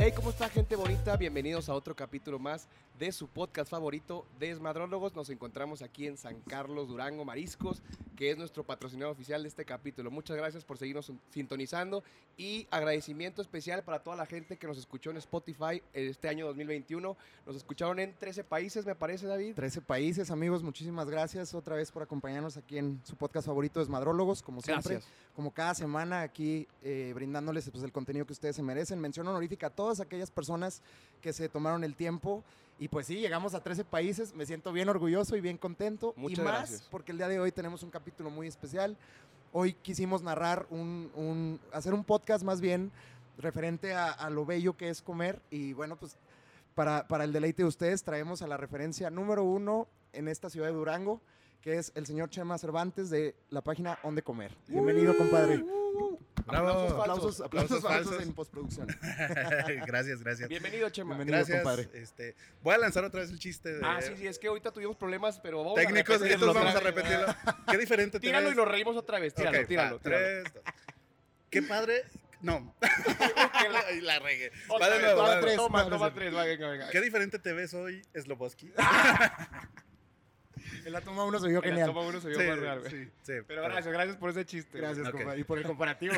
Hey, ¿cómo está, gente bonita? Bienvenidos a otro capítulo más de su podcast favorito, Desmadrólogos. Nos encontramos aquí en San Carlos, Durango, Mariscos, que es nuestro patrocinador oficial de este capítulo. Muchas gracias por seguirnos sintonizando y agradecimiento especial para toda la gente que nos escuchó en Spotify este año 2021. Nos escucharon en 13 países, me parece, David. 13 países, amigos, muchísimas gracias otra vez por acompañarnos aquí en su podcast favorito, Desmadrólogos, como siempre. Gracias. Como cada semana aquí brindándoles pues, el contenido que ustedes se merecen. Mención honorífica a todas aquellas personas que se tomaron el tiempo. Y pues sí, llegamos a 13 países, me siento bien orgulloso y bien contento. Muchas y más gracias. porque el día de hoy tenemos un capítulo muy especial. Hoy quisimos narrar hacer un podcast más bien referente a lo bello que es comer. Y bueno, pues para el deleite de ustedes traemos a la referencia número 1 en esta ciudad de Durango, que es el señor Chema Cervantes de la página On de Comer. Bienvenido, compadre. Bravo. Aplausos falsos en postproducción. Gracias. Bienvenido, Chema. Bienvenido, Gracias, compadre. Voy a lanzar otra vez el chiste de Sí, es que ahorita tuvimos problemas, pero vamos técnicos, a repetirlo. entonces vamos a repetirlo. Qué diferente te Tíralo ves. y nos reímos otra vez. Tíralo, Ok, tíralo. va, 3, 2. Qué padre. No. Y la regué. Va de nuevo, va de nuevo. Toma tres, venga. Qué diferente te ves hoy, Sloboski. En la toma 1 se vio genial. Toma uno se vio más real, güey. sí. Pero gracias por ese chiste. Gracias, Ok. compadre. Y por el comparativo.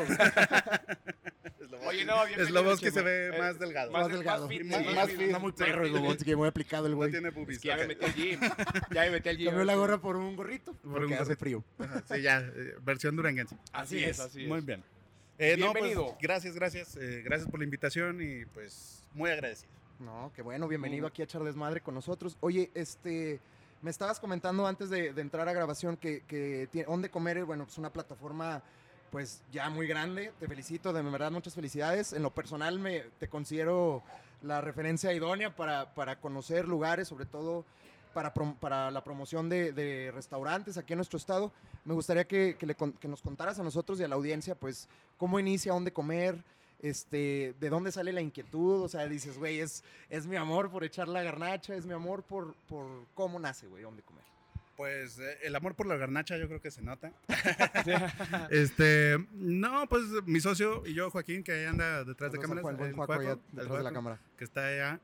Oye, no, bienvenido, Sloboski se Chema. ve más delgado. Más delgado. fit, Más fit. Anda muy perro, Slobotsky, muy aplicado el No güey. tiene boobies. Es que ya me ok. metí al gym. Ya me metí al gym. Cambió la gorra por un gorrito, Por porque un hace gorrito. frío. Ajá, sí, ya. Versión duranguense. Así es. Muy bien. Bienvenido. No, pues, gracias. Gracias por la invitación y pues muy agradecido. No, qué bueno, bienvenido aquí a echar desmadre con nosotros. Oye, me estabas comentando antes de entrar a grabación que On de Comer, bueno, pues una plataforma pues ya muy grande. Te felicito, de verdad, muchas felicidades. En lo personal te considero la referencia idónea para conocer lugares, sobre todo para la promoción de restaurantes aquí en nuestro estado. Me gustaría que nos contaras a nosotros y a la audiencia, pues, cómo inicia On de Comer, de dónde sale la inquietud. O sea, dices, güey, es mi amor por echar la garnacha, es mi amor por cómo nace, güey, On de Comer. Pues el amor por la garnacha yo creo que se nota. No, pues mi socio y yo, Joaquín, que ahí anda detrás de Saludos cámaras. al buen el Juaco allá Juaco, detrás el de la Juaco, cámara. que está allá.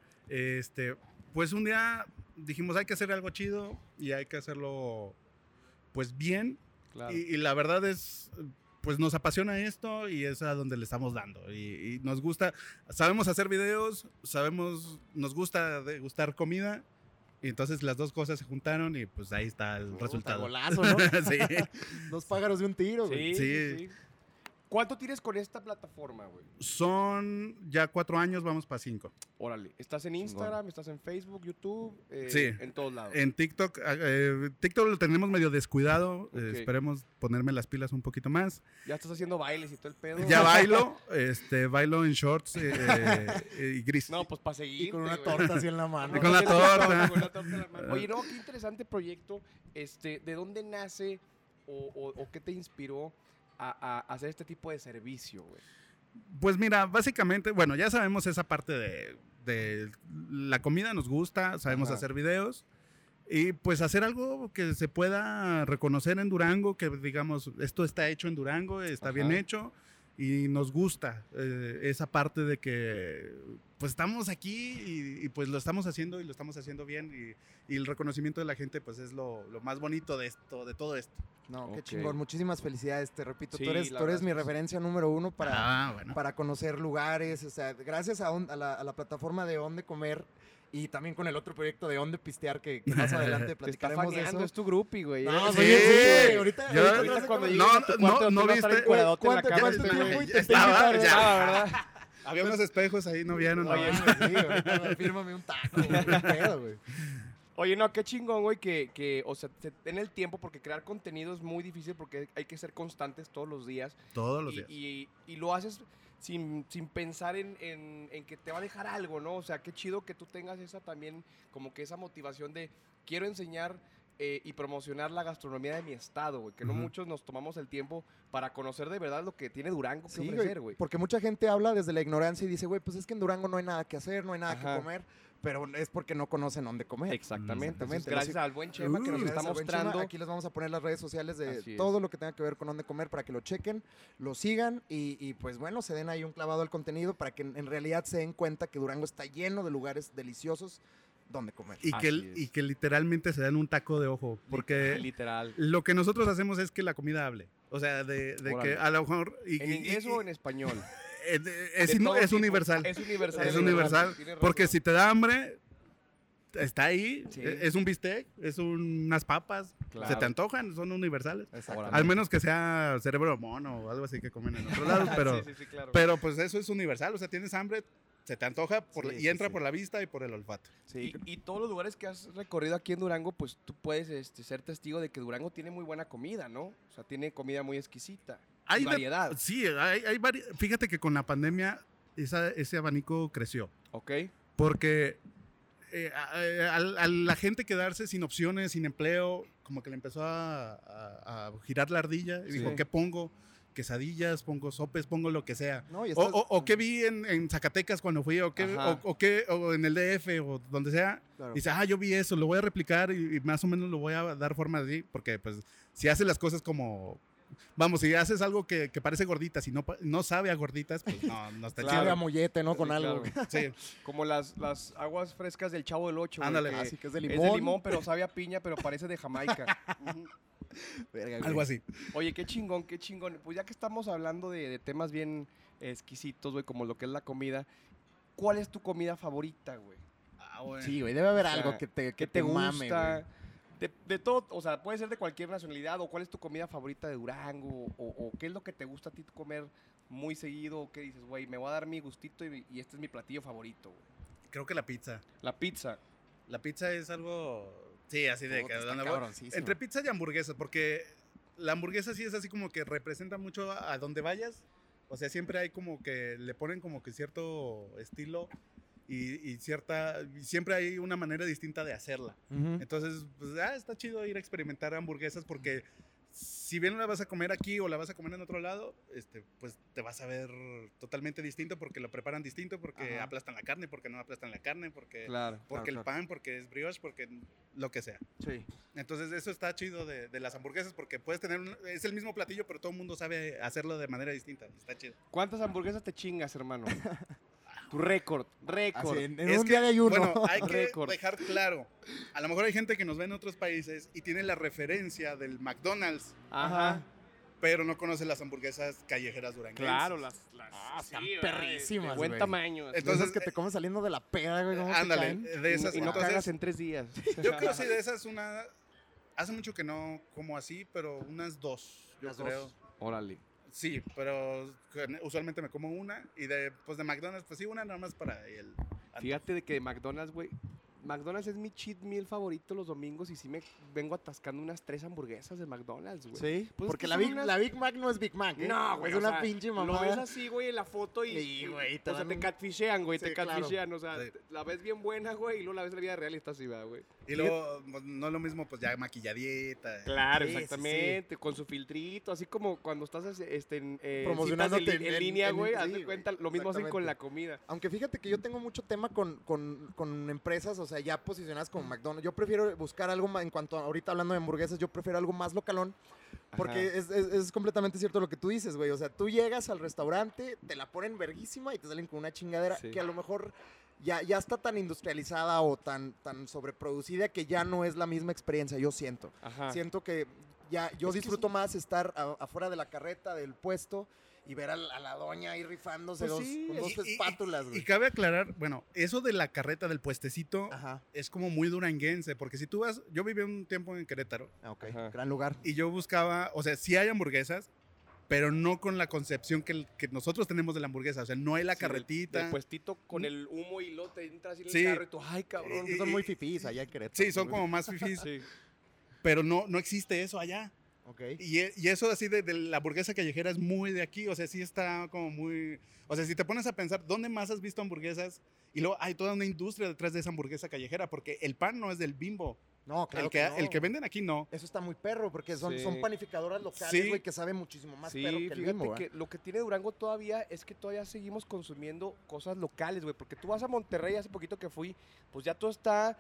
Pues un día dijimos, hay que hacer algo chido y hay que hacerlo pues bien. Claro. Y la verdad es, pues nos apasiona esto y es a donde le estamos dando. Y nos gusta, sabemos hacer videos, nos gusta degustar comida. Y entonces las dos cosas se juntaron y pues ahí está el resultado. Golazo, ¿no? Sí. Dos pájaros de un tiro, güey. Sí. ¿Cuánto tienes con esta plataforma, güey? Son ya 4 años, vamos para 5. Órale, ¿estás en Instagram, estás en Facebook, YouTube? Sí. En todos lados. En TikTok, TikTok lo tenemos medio descuidado. Ok. Esperemos ponerme las pilas un poquito más. Ya estás haciendo bailes y todo el pedo. Ya bailo en shorts y gris. No, pues para seguir. Y con una torta así en la mano. Y con la torta. Con la torta en la mano. Oye, no, qué interesante proyecto. ¿De dónde nace o qué te inspiró a hacer este tipo de servicio, güey? Pues mira, básicamente, bueno, ya sabemos esa parte de la comida, nos gusta, sabemos Ajá. hacer videos. Y pues hacer algo que se pueda reconocer en Durango, que digamos, esto está hecho en Durango, está Ajá. bien hecho y nos gusta esa parte de que pues estamos aquí y pues lo estamos haciendo y lo estamos haciendo bien y el reconocimiento de la gente pues es lo más bonito de todo esto. No, qué Ok. chingón. Muchísimas felicidades, te repito. Sí, tú eres la mi verdad es que referencia número 1 Bueno. para conocer lugares. O sea, gracias a la plataforma de On de Comer y también con el otro proyecto de On de Pistear que más adelante Te está platicaremos de faneando, eso. es tu groupie, güey. No, Sí. sí, ahorita Yo- Ahorita cuando llegues No, a tu cuarto, no tú vas a estar viste. encueradote en la ¿Cuánto cama, tiempo este güey. intenté Ya estaba, invitar, ya. ¿verdad? Había unos espejos ahí, no vieron. Oye, ¿no? sí, ahorita fírmame un taco, güey, qué pedo, güey. Oye, no, qué chingón, güey, que o sea, se den el tiempo, porque crear contenido es muy difícil porque hay que ser constantes todos los días. Todos los días. Y lo haces sin pensar en que te va a dejar algo, ¿no? O sea, qué chido que tú tengas esa también, como que esa motivación de quiero enseñar y promocionar la gastronomía de mi estado, güey. Que no Ujú. muchos nos tomamos el tiempo para conocer de verdad lo que tiene Durango que Sí, ofrecer, güey. porque mucha gente habla desde la ignorancia y dice, güey, pues es que en Durango no hay nada que hacer, no hay nada Ajá. que comer. pero es porque no conocen dónde comer. Exactamente. Exactamente. Entonces, gracias al buen Chema que nos está Gracias al buen mostrando. Chema. Aquí les vamos a poner las redes sociales de Así es. todo lo que tenga que ver con dónde comer para que lo chequen, lo sigan y pues bueno, se den ahí un clavado al contenido para que en realidad se den cuenta que Durango está lleno de lugares deliciosos donde comer. Y Así es. y que literalmente se dan un taco de ojo. Porque Literal. lo que nosotros hacemos es que la comida hable. O sea, de Órale. que a lo mejor... ¿En inglés o en español? Es De todo es tipo. universal. Es universal. Es universal. Tienes razón. Porque si te da hambre, está ahí. Sí. Es un bistec, es unas papas. Claro. Se te antojan, son universales. Exactamente. Al menos que sea cerebro de mono o algo así que comen en otros lados. Pero, Sí, claro. pero pues eso es universal. O sea, tienes hambre, se te antoja Sí, y sí, entra sí. por la vista y por el olfato. Sí. Y todos los lugares que has recorrido aquí en Durango, pues tú puedes ser testigo de que Durango tiene muy buena comida, ¿no? O sea, tiene comida muy exquisita. Hay Y variedad. Sí, hay fíjate que con la pandemia ese abanico creció. ¿Ok? Porque a la gente quedarse sin opciones, sin empleo, como que le empezó a girar la ardilla y Sí. dijo, ¿qué pongo? Quesadillas, pongo sopes, pongo lo que sea. No, y O, estás- o qué vi en Zacatecas cuando fui, o Ajá. o en el DF, o donde sea. Claro. Dice, yo vi eso, lo voy a replicar y más o menos lo voy a dar forma así, porque pues si haces las cosas como... Vamos, si haces algo que parece gorditas y no sabe a gorditas, pues no está Sabe a chido. mollete, ¿no? Con Sí, algo. claro. Sí. Como las aguas frescas del Chavo del Ocho. güey, Ándale. que Así que es de Es de limón. limón, pero sabe a piña, pero parece de Jamaica. Verga, güey. Algo así. Oye, qué chingón, qué chingón. Pues ya que estamos hablando de temas bien exquisitos, güey, como lo que es la comida, ¿cuál es tu comida favorita, güey? Sí, güey, debe haber O sea, algo que te, ¿Qué te mame, gusta? güey. De todo, o sea, puede ser de cualquier nacionalidad, o cuál es tu comida favorita de Durango, o qué es lo que te gusta a ti comer muy seguido, o qué dices, güey, me voy a dar mi gustito y este es mi platillo favorito, güey. Creo que la pizza. La pizza. La pizza es algo... Sí, así de... Puta, está donde cabroncísimo. entre pizza y hamburguesa, porque la hamburguesa sí es así como que representa mucho a donde vayas. O sea, siempre hay como que le ponen como que cierto estilo y siempre hay una manera distinta de hacerla. Ujú. Entonces, pues está chido ir a experimentar hamburguesas porque si bien la vas a comer aquí o la vas a comer en otro lado, pues te vas a ver totalmente distinto porque lo preparan distinto, porque Ajá. aplastan la carne, porque no aplastan la carne, porque Claro. porque claro, el pan, porque es brioche, porque lo que sea. Sí. Entonces eso está chido de las hamburguesas porque puedes tener, es el mismo platillo, pero todo el mundo sabe hacerlo de manera distinta. Está chido. ¿Cuántas hamburguesas te chingas, hermano? Tu récord. Así, en Es un que, día de ayuno. Bueno, hay que Récord. dejar claro. A lo mejor hay gente que nos ve en otros países y tiene la referencia del McDonald's, Ajá. pero no conoce las hamburguesas callejeras duranguenses. Claro, las están sí, perrísimas, de buen güey. tamaño. así. Entonces, Entonces que te comes saliendo de la peda, güey. ¿Cómo te Ándale, caen? de esas. y no entonces, cagas en 3 días. yo creo que sí, de esas hace mucho que no como así, pero unas 2, yo Unas dos. creo. Órale. Sí, pero usualmente me como una y de McDonald's, pues sí, una nada más para el... Fíjate de que de McDonald's, güey. McDonald's es mi cheat meal favorito los domingos y sí me vengo atascando unas 3 hamburguesas de McDonald's, güey. Sí, Pues es porque que la son Big, unas- la Big Mac no es Big Mac, ¿eh? No, güey. Es o una sea, pinche Lo ves mamada. así, güey, en la foto y. Sí, güey, te O sea, dan te un- catfishean, güey. Sí, te claro. catfishean. O sea, Sí. la ves bien buena, güey, y luego la ves en la vida real y estás así, ¿verdad, güey? Y luego, pues, no es lo mismo, pues ya maquilladita. Claro, Sí, sí, exactamente. Con su filtrito, así como cuando estás en Promocionándote citas en en- línea, en- güey. sí, Haz de güey, cuenta, lo mismo hacen con exactamente. la comida. Aunque fíjate que yo tengo mucho tema con empresas, o sea, ya posicionadas como McDonald's. Yo prefiero buscar algo en cuanto a ahorita hablando de hamburguesas, yo prefiero algo más localón. Porque Ajá. es completamente cierto lo que tú dices, güey. O sea, tú llegas al restaurante, te la ponen verguísima y te salen con una chingadera Sí. que a lo mejor ya está tan industrializada o tan sobreproducida que ya no es la misma experiencia, yo siento. Ajá. Siento que ya yo Es que disfruto sí. más estar afuera de la carreta, del puesto y ver a la doña ahí rifándose Pues sí, con dos Y- espátulas, y güey. cabe aclarar, bueno, eso de la carreta del puestecito Ajá. es como muy duranguense, porque si tú vas, yo viví un tiempo en Querétaro Ok, Ajá. gran lugar. y yo buscaba, o sea, sí hay hamburguesas, pero no con la concepción que nosotros tenemos de la hamburguesa, o sea, no hay la Sí, del- carretita. del puestito con el humo y luego te entras en el Sí. carro y tú, ay, cabrón. Que son muy fifís allá en Querétaro. Sí, son como más fifís, Sí. pero no existe eso allá. Ok. Y eso así de la hamburguesa callejera es muy de aquí, o sea, sí está como muy... O sea, si te pones a pensar, ¿dónde más has visto hamburguesas? Y luego hay toda una industria detrás de esa hamburguesa callejera, porque el pan no es del Bimbo, No, claro El que venden aquí no. Eso está muy perro, porque son panificadoras locales, Sí. güey, que saben muchísimo más perro que el fíjate mismo, que lo que tiene Durango todavía es que todavía seguimos consumiendo cosas locales, güey. Porque tú vas a Monterrey, hace poquito que fui, pues ya todo está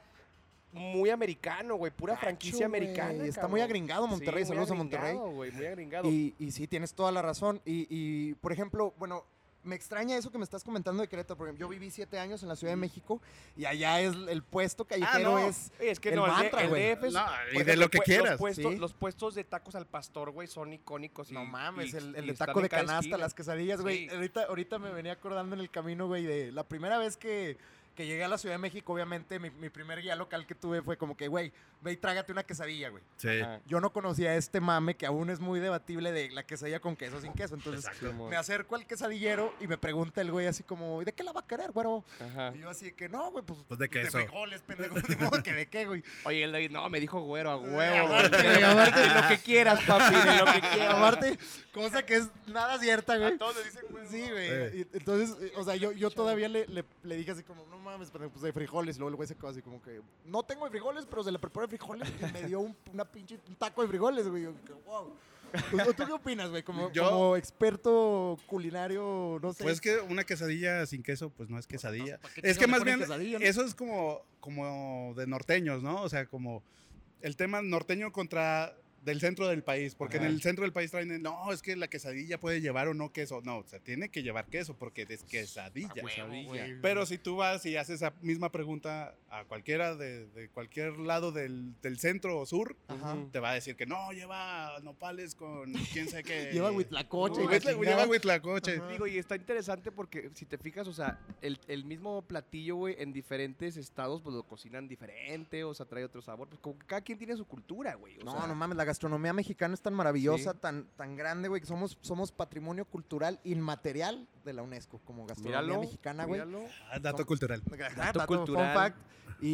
muy americano, güey. Pura franquicia americana. Está muy agringado Monterrey, Sí, muy saludos a Monterrey. agringado, güey, muy agringado. Y sí, tienes toda la razón. Y, por ejemplo, bueno, me extraña eso que me estás comentando de Querétaro. Por ejemplo, yo viví 7 años en la Ciudad de México y allá es el puesto callejero no. es Oye, es que el no, mantra, el güey. DF es- No, por y de lo que quieras. Sí. Los puestos de tacos al pastor, güey, son icónicos. No mames, el y de están taco en de cada canasta, esquina. las quesadillas, güey. Sí. Ahorita me venía acordando en el camino, güey, de la primera vez que llegué a la Ciudad de México, obviamente, mi primer guía local que tuve fue como que, güey, ve y trágate una quesadilla, güey. Sí. Ajá. Yo no conocía este mame que aún es muy debatible de la quesadilla con queso o sin queso. Entonces, Exacto. me acerco al quesadillero y me pregunta el güey así como, ¿y de qué la va a querer, güero? Ajá. Y yo así de que, no, güey, Pues de queso. De frijoles, pendejo. De modo que de qué, güey. Oye, el David, no, me dijo güero a huevo. aparte, güey. güey, aparte. De lo que quieras, papi, de lo que quieras. Aparte, cosa que es nada cierta, güey. A todos les dicen güero. Sí, güey. Y entonces, o sea, yo todavía le dije así como, no mames, pero pues de frijoles. Y luego el güey se quedó así como que, no tengo de frijoles, pero se le preparó de frijoles y me dio un taco de frijoles, güey. Yo, wow. ¿Tú qué opinas, güey? Como experto culinario, no sé. Pues que una quesadilla sin queso, pues no es quesadilla. ¿para qué Es que chingados más le ponen bien, quesadilla, no? eso es como de norteños, ¿no? O sea, como el tema norteño contra del centro del país, porque Ajá. en el centro del país traen, no, es que la quesadilla puede llevar o no queso. No, o sea, tiene que llevar queso porque es quesadilla. güey. Pero si tú vas y haces esa misma pregunta a cualquiera de cualquier lado del centro o sur, Ajá. te va a decir que no, lleva nopales con quién sabe qué. Lleva huitlacoche. y la Lleva chingada. huitlacoche. Ajá. Digo, y está interesante porque si te fijas, o sea, el mismo platillo, güey, en diferentes estados, pues lo cocinan diferente, o sea, trae otro sabor. Pues como que cada quien tiene su cultura, güey. O No, sea, no mames, la gastronomía mexicana es tan maravillosa, Sí. tan grande, güey, que somos patrimonio cultural inmaterial de la UNESCO como gastronomía míralo, mexicana, güey. míralo. Dato cultural. Dato cultural. fun fact.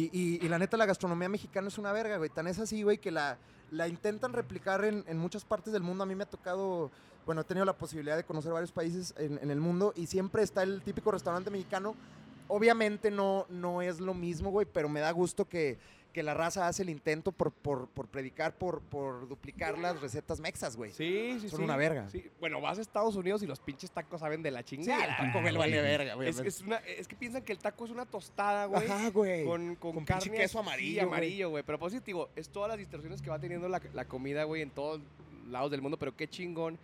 Y la neta, la gastronomía mexicana es una verga, güey. Tan es así, güey, que la intentan replicar en muchas partes del mundo. A mí me ha tocado, bueno, he tenido la posibilidad de conocer varios países en el mundo y siempre está el típico restaurante mexicano. Obviamente no es lo mismo, güey, pero me da gusto que la raza hace el intento por predicar, por duplicar las recetas mexas, güey. Sí, sí, Son sí. una verga. Sí. Bueno, vas a Estados Unidos y los pinches tacos saben de la Sí, chingada. el taco me vale verga, güey. Es que piensan que el taco es una tostada, güey. Ajá, güey. Con Con carne pinche queso así, amarillo, güey. amarillo, güey. Pero pues sí, digo, es todas las distorsiones que va teniendo la comida, güey, en todos lados del mundo. Pero qué chingón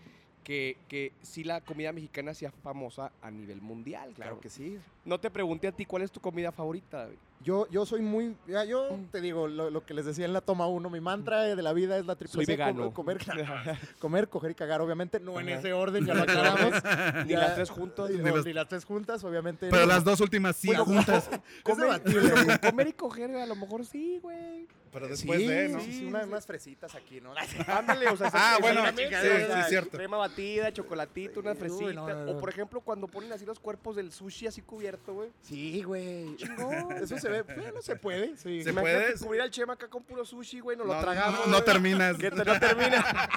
que sí la comida mexicana sea famosa a nivel mundial. Claro que sí. No te pregunté a ti cuál es tu comida favorita, güey. Yo soy muy... Ya, yo te digo, lo que les decía en la toma 1, mi mantra de la vida es la triple Soy C, vegano. comer, coger y cagar, obviamente, no en Ajá. ese orden, ya lo aclaramos. Ni Ya- las tres juntas. Ni las tres juntas, obviamente. Pero no. las dos últimas sí Bueno, juntas. Es debatible, güey. Comer y coger, a lo mejor sí, güey. Pero después de, ¿no? Sí, unas fresitas aquí, ¿no? Ándale, o sea, Ah, sí, bueno, exactamente, sí, o sea, sí, cierto. Crema batida, chocolatito, unas Uy, fresitas. no. O por ejemplo, cuando ponen así los cuerpos del sushi así cubierto, güey. Sí, güey. Chingón. Eso se ve, bueno, se puede, sí. Se Imagínate puede. cubrir al Chema acá con puro sushi, güey, nos lo No, tragamos. no güey. terminas. Que no termina.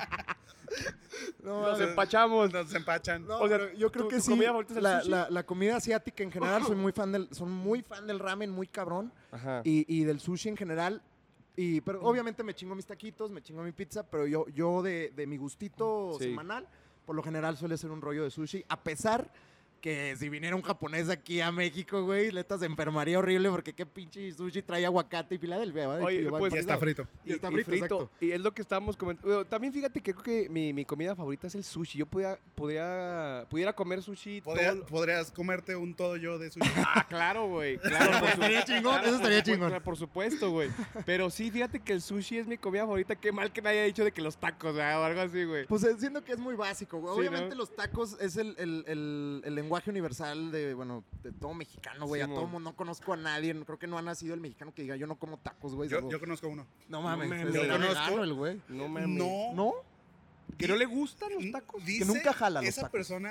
No, Nos mames. empachamos. Nos empachan. No, O sea, pero yo creo ¿tu- que tu sí. comida favorita es el sushi? La comida asiática en general, soy muy fan del ramen, muy cabrón. Ajá. Y del sushi en general. Pero obviamente me chingo mis taquitos, me chingo mi pizza, pero yo de mi gustito Sí. semanal, por lo general suele ser un rollo de sushi, a pesar que si viniera un japonés aquí a México, güey, neta se enfermaría horrible porque qué pinche sushi trae aguacate y Filadelfia, ¿vale? Oye, pues, Ya está frito. Y está frito, exacto. Y es lo que estábamos comentando. También fíjate que creo que mi comida favorita es el sushi. Yo pudiera comer sushi todo. Podrías comerte un todo yo de sushi. Ah, claro, güey. Claro, por Estaría chingón, eso estaría chingón. Claro, por supuesto, güey. Pero sí, fíjate que el sushi es mi comida favorita. Qué mal que nadie haya dicho de que los tacos, ¿verdad? O algo así, güey. Pues siento que es muy básico, güey. Sí, Obviamente ¿no? los tacos es el lenguaje universal de todo mexicano, güey. Sí, A todo mon. mundo, no conozco a nadie. Creo que no ha nacido el mexicano que diga, yo no como tacos, güey. Yo conozco uno. No mames, mames, es yo vegano conozco- el güey. No mames. No. ¿No? ¿Que no le gustan los tacos? Dice nunca jala los esa tacos. persona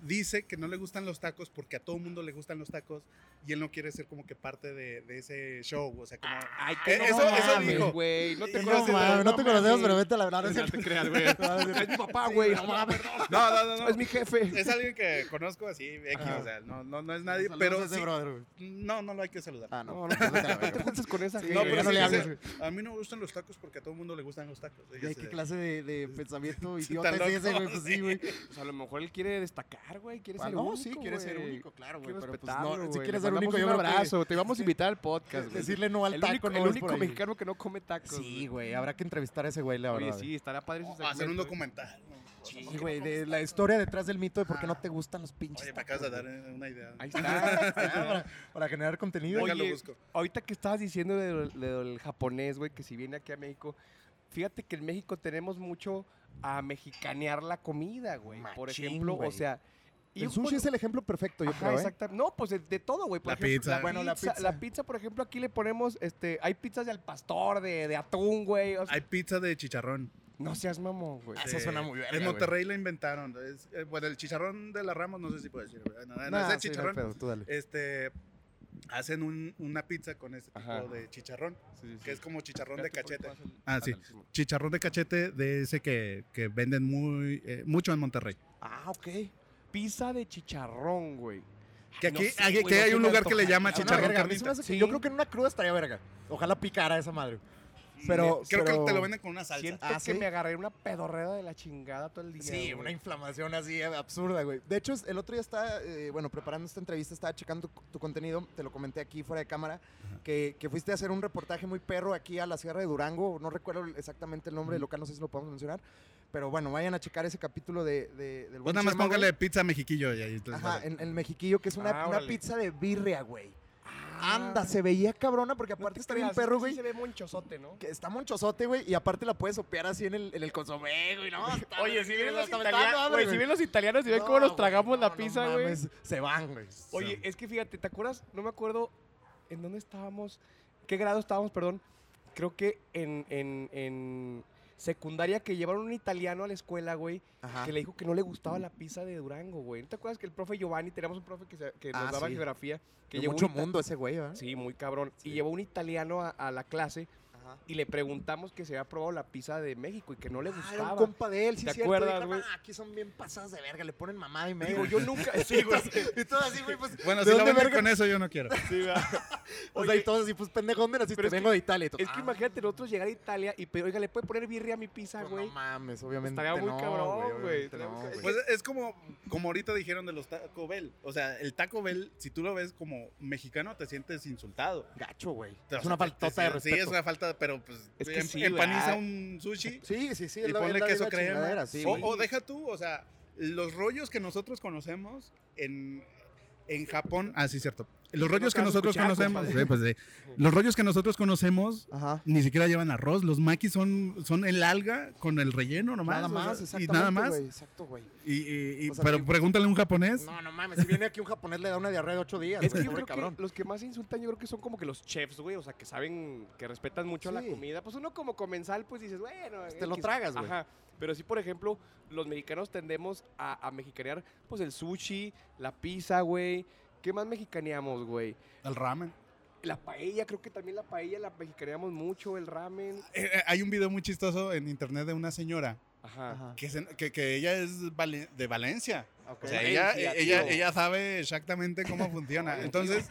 dice que no le gustan los tacos porque a todo el mundo le gustan los tacos y él no quiere ser como que parte de ese show, o sea, como... Ay, eso dijo. güey. No te Y conoces, no te conocemos, pero vete a la verdad. No te creas, güey. Es mi papá, güey. No mames. No. Es mi jefe. Es alguien que conozco así, X, o sea, no es nadie, pero sí, no lo hay que saludar. Ah, no. No te juntes con esa gente. No, pero no sí le dice, hables. a mí no me gustan los tacos porque a todo el mundo le gustan los tacos. Y ¿Qué así de- clase de pensamiento Sí, idiota tan es ese, loco, güey? Pues sí, güey. Pues a lo mejor él quiere destacar, güey. Quiere ser No, único, sí, quiere ser güey. único, claro, güey. Quiero Pero pues respetarlo, no, si güey. quieres Le ser único, mandamos yo un creo que abrazo. Te vamos a invitar al podcast, güey. decirle no al El taco único, no el es único por ahí. mexicano que no come tacos. Sí, güey, habrá que entrevistar a ese güey, la Oye, verdad. sí, estará padre ese o hacer un segmento, documental. ¿no? Sí, güey, de la historia detrás del mito de por qué no te gustan los pinches Oye, me tacos, acabas de güey. dar una idea. Ahí está. Para generar contenido. Oye, lo Oye, busco. ahorita que estabas diciendo del japonés, güey, que si viene aquí a México, fíjate que en México tenemos mucho a mexicanear la comida, güey. Por Machín, ejemplo, güey. o sea... El sushi es el ejemplo perfecto, yo creo, ¿eh? Exactamente. No, pues de todo, güey. Por La ejemplo, pizza. Bueno, la pizza. La pizza, por ejemplo, aquí le ponemos, hay pizzas de al pastor, de atún, güey. O sea, Hay pizza de chicharrón. no seas mamón, güey. Eso suena muy verga, En güey. Monterrey la inventaron. Bueno, el chicharrón de la Ramos, no sé si puedo decir. No, Nah, ese sí, no hay chicharrón. pedo, tú dale. Hacen una pizza con este tipo Ajá. de chicharrón, que es como chicharrón de Espérate, cachete. ¿puedo hacer- Ah, sí. Ándale, Simón. Chicharrón de cachete de ese que venden mucho en Monterrey. Ah, ok. Pizza de chicharrón, güey. Que No aquí sé, hay, güey, que no hay se un me lugar que le antoja. llama Ah, chicharrón verga, a mí se me carnita. hace que Sí. yo creo que en una cruda estaría verga. Ojalá picara esa madre. Pero Creo pero- que te lo venden con una salsa. Siento Ah, que ¿sí? me agarré una pedorreda de la chingada todo el día. Sí, güey. una inflamación así absurda, güey. De hecho, el otro día estaba, preparando esta entrevista, estaba checando tu contenido, te lo comenté aquí fuera de cámara, que fuiste a hacer un reportaje muy perro aquí a la Sierra de Durango, no recuerdo exactamente el nombre del local, no sé si lo podemos mencionar, pero bueno, vayan a checar ese capítulo del Pues buen nada más Chema, güey. póngale pizza mexiquillo y ahí. entonces, Ajá, vale. en el Mexiquillo, que es una órale. pizza de birria, güey. Ah. Anda, se veía cabrona porque No te aparte está bien creas, perro, es que güey. sí se ve monchosote, ¿no? Que está monchosote, güey, y aparte la puedes sopear así en el consomé, güey, no. Oye, si vienen los hasta me está dando italianos, hambre, güey, si vienen los italianos y ven cómo nos tragamos la pizza, güey. mames, se van, güey. Oye, es que fíjate, ¿te acuerdas? No me acuerdo en dónde estábamos, qué grado estábamos, perdón. Creo que en secundaria que llevaron un italiano a la escuela, güey, Ajá. que le dijo que no le gustaba la pizza de Durango, güey. ¿No te acuerdas que el profe Giovanni, teníamos un profe que nos Ah, daba sí. geografía, que De llevó mucho un ita- mundo ese güey, ¿verdad? Sí, muy cabrón. Sí. Y llevó un italiano a la clase Ajá. y le preguntamos que se había probado la pizza de México y que no le Ah, era gustaba. un compa de él, sí, ¿Te cierto. acuerdas, Dijo, güey? "Ah, aquí son bien pasadas de verga, le ponen mamada y medio. Digo, yo nunca... Sí, güey. Y todo así, güey, pues. Bueno, ¿de si lo dónde venden verga? con eso, yo no quiero. Sí, ¿verdad? O sea, y todos así, pues pendejo, ¿dónde naciste? Pero es Vengo que- de Italia. Y todo, Es que imagínate nosotros llegar a Italia y oiga, ¿le puede poner birria a mi pizza, pues, güey? no mames, obviamente. Estaría muy no, cabrón, güey, obviamente estaría muy no, cabrón. güey. Pues es como ahorita dijeron de los Taco Bell. O sea, el Taco Bell, si tú lo ves como mexicano, te sientes insultado. Gacho, güey. O sea, Es una faltota de respeto. Sí, es una falta, pero pues Es que sí, empaniza ¿verdad? un sushi Sí, sí, sí. y ponle queso crema. Chingadera, sí, o, güey. o deja tú, o sea, los rollos que nosotros conocemos en Japón. Ah, sí, cierto. Los Que no rollos te que vas a nosotros escuchar, conocemos. compadre. Sí, pues, sí. Los rollos que nosotros conocemos Ajá. ni siquiera llevan arroz. Los makis son el alga con el relleno nomás. Nada o más, sea, exactamente. y nada más. güey, exacto, güey. O sea, Pero que- pregúntale a un japonés. No, no mames. Si viene aquí un japonés, le da una diarrea de 8 días. Es que güey, yo pobre creo cabrón. que los que más insultan, yo creo que son como que los chefs, güey, o sea, que saben, que respetan mucho a la Sí. comida. Pues uno como comensal, pues dices, bueno. Te lo X. tragas, güey. Ajá. Pero sí, por ejemplo, los mexicanos tendemos a mexicanear, pues el sushi, la pizza, güey. ¿Qué más mexicaneamos, güey? El ramen. La paella, creo que también la paella la mexicaneamos mucho, el ramen. Hay un video muy chistoso en internet de una señora Ajá. Ajá. que ella es de Valencia. Ok. O sea, Valencia, tío. ella sabe exactamente cómo funciona. Entonces,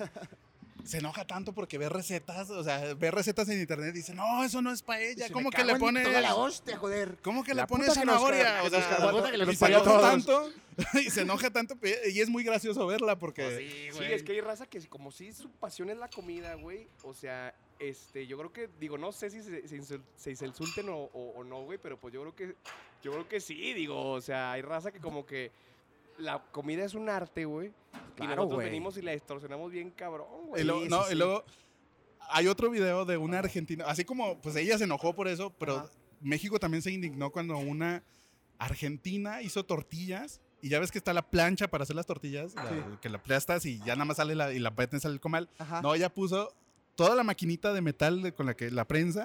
se enoja tanto porque ve recetas, o sea, ve recetas en internet y dice, no, eso no es paella. Se ¿Cómo me que le cago en pone? toda la hostia, joder. ¿Cómo que La le pone puta que nos zanahoria? caga- O que nos sea, caga- puta que le y nos se parió a enoja todos. tanto, y se enoja tanto, y es muy gracioso verla porque... Sí, es que hay raza que como si su pasión es la comida, güey. O sea, yo creo que, digo, no sé si se insulten o no, güey, pero pues yo creo que sí, digo, o sea, hay raza que como que la comida es un arte, güey. Y Claro, nosotros güey. venimos y la distorsionamos bien cabrón, güey. Y luego, Sí, no, sí, y sí. luego hay otro video de una argentina, así como pues ella se enojó por eso, pero Ajá. México también se indignó cuando una argentina hizo tortillas y ya ves que está la plancha para hacer las tortillas, que la aplastas y ya nada más sale y la metes al comal. Ajá. No, ella puso toda la maquinita de metal con la que la prensa,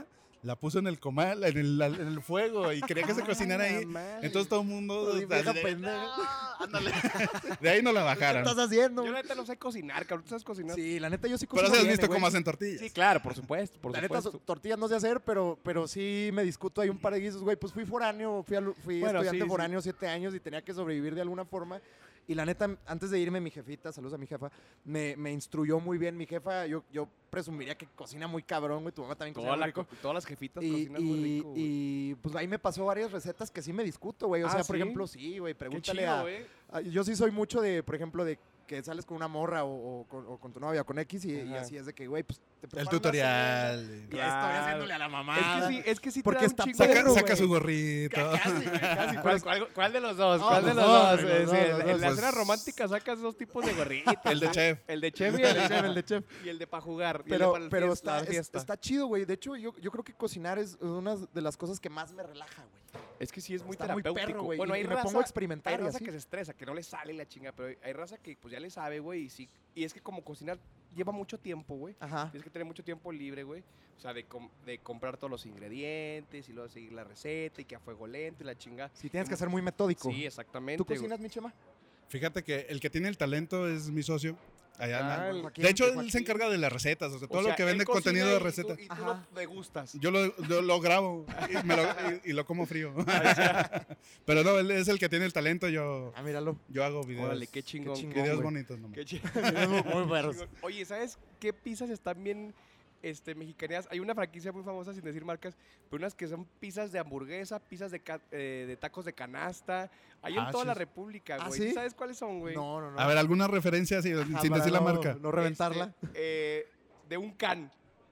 la puso en el comal, en el fuego y quería que se cocinara ahí. Entonces todo el mundo... Ay, vieja pendeja. "No, ándale". De ahí no la ¿Qué bajaron. estás haciendo? Yo la neta no sé cocinar, cabrón. ¿Tú sabes cocinar? Sí, la neta yo sí Pero cocino sí has bien, visto güey. cómo hacen tortillas. Sí, claro, por supuesto, por La neta, supuesto. tortillas no sé hacer, pero sí me discuto ahí un par de guisos, güey. Pues fui foráneo, fui Bueno, estudiante sí. foráneo 7 años y tenía que sobrevivir de alguna forma. Y la neta, antes de irme, mi jefita, saludos a mi jefa, me instruyó muy bien. Mi jefa, yo presumiría que cocina muy cabrón, güey. Tu mamá también cocina muy rico. Todas las jefitas Y, cocinan muy rico, güey. y, pues ahí me pasó varias recetas que sí me discuto, güey. O Ah, sea, por ¿sí? ejemplo, sí, güey. Qué Pregúntale chido, yo sí soy mucho de, por ejemplo, de que sales con una morra o con tu novia o con X y Ajá. así es de que, güey, pues te El preparas una tutorial. cena Y estoy Claro. haciéndole a la mamá. Es que sí Porque te da está un chingo de- perro, Saca güey. su gorrito. Casi, ¿Cuál de los dos? No, ¿Cuál de los los dos, dos? güey, los dos, En los la dos. escena romántica sacas dos tipos de gorritos. El de chef. El de chef y el de chef. y el de para jugar. y el de Pero, para el pero fiesta, la fiesta. está chido, güey. De hecho, yo creo que cocinar es una de las cosas que más me relaja, güey. Es que sí es muy Está muy terapéutico. perro, güey. Bueno, y hay me raza, pongo a experimentar hay y raza así. que se estresa, que no le sale la chinga, pero hay raza que pues ya le sabe, güey, y sí. Y es que como cocinar lleva mucho tiempo, güey. Ajá. Tienes que tener mucho tiempo libre, güey. O sea, de comprar todos los ingredientes y luego seguir la receta y que a fuego lento y la chinga. Sí, tienes que ser muy metódico. Sí, exactamente. ¿Tú güey. cocinas, mi chema? Fíjate que el que tiene el talento es mi socio. Allá anda. Ah, el- Joaquín, De hecho, él Joaquín. se encarga de las recetas, o sea, todo O sea, lo que él vende cocina contenido de y tú- recetas. Y tú Ajá. lo degustas. Yo lo grabo y lo como frío. Pero no, él es el que tiene el talento, yo Ah, míralo. hago videos. Órale, qué chingón. chingón. Videos güey. bonitos nomás. Qué chido. Muy perros. Oye, ¿sabes qué pizzas están bien mexicaneadas? Hay una franquicia muy famosa, sin decir marcas, pero unas que son pizzas de hamburguesa, pizzas de tacos de canasta. Hay en Ah, toda sí. la República, ¿Ah, güey. sí? ¿Sabes cuáles son, güey? No, no, no. A ver, alguna referencia sin Ajá, sin para decir la no- marca. No reventarla. De un can.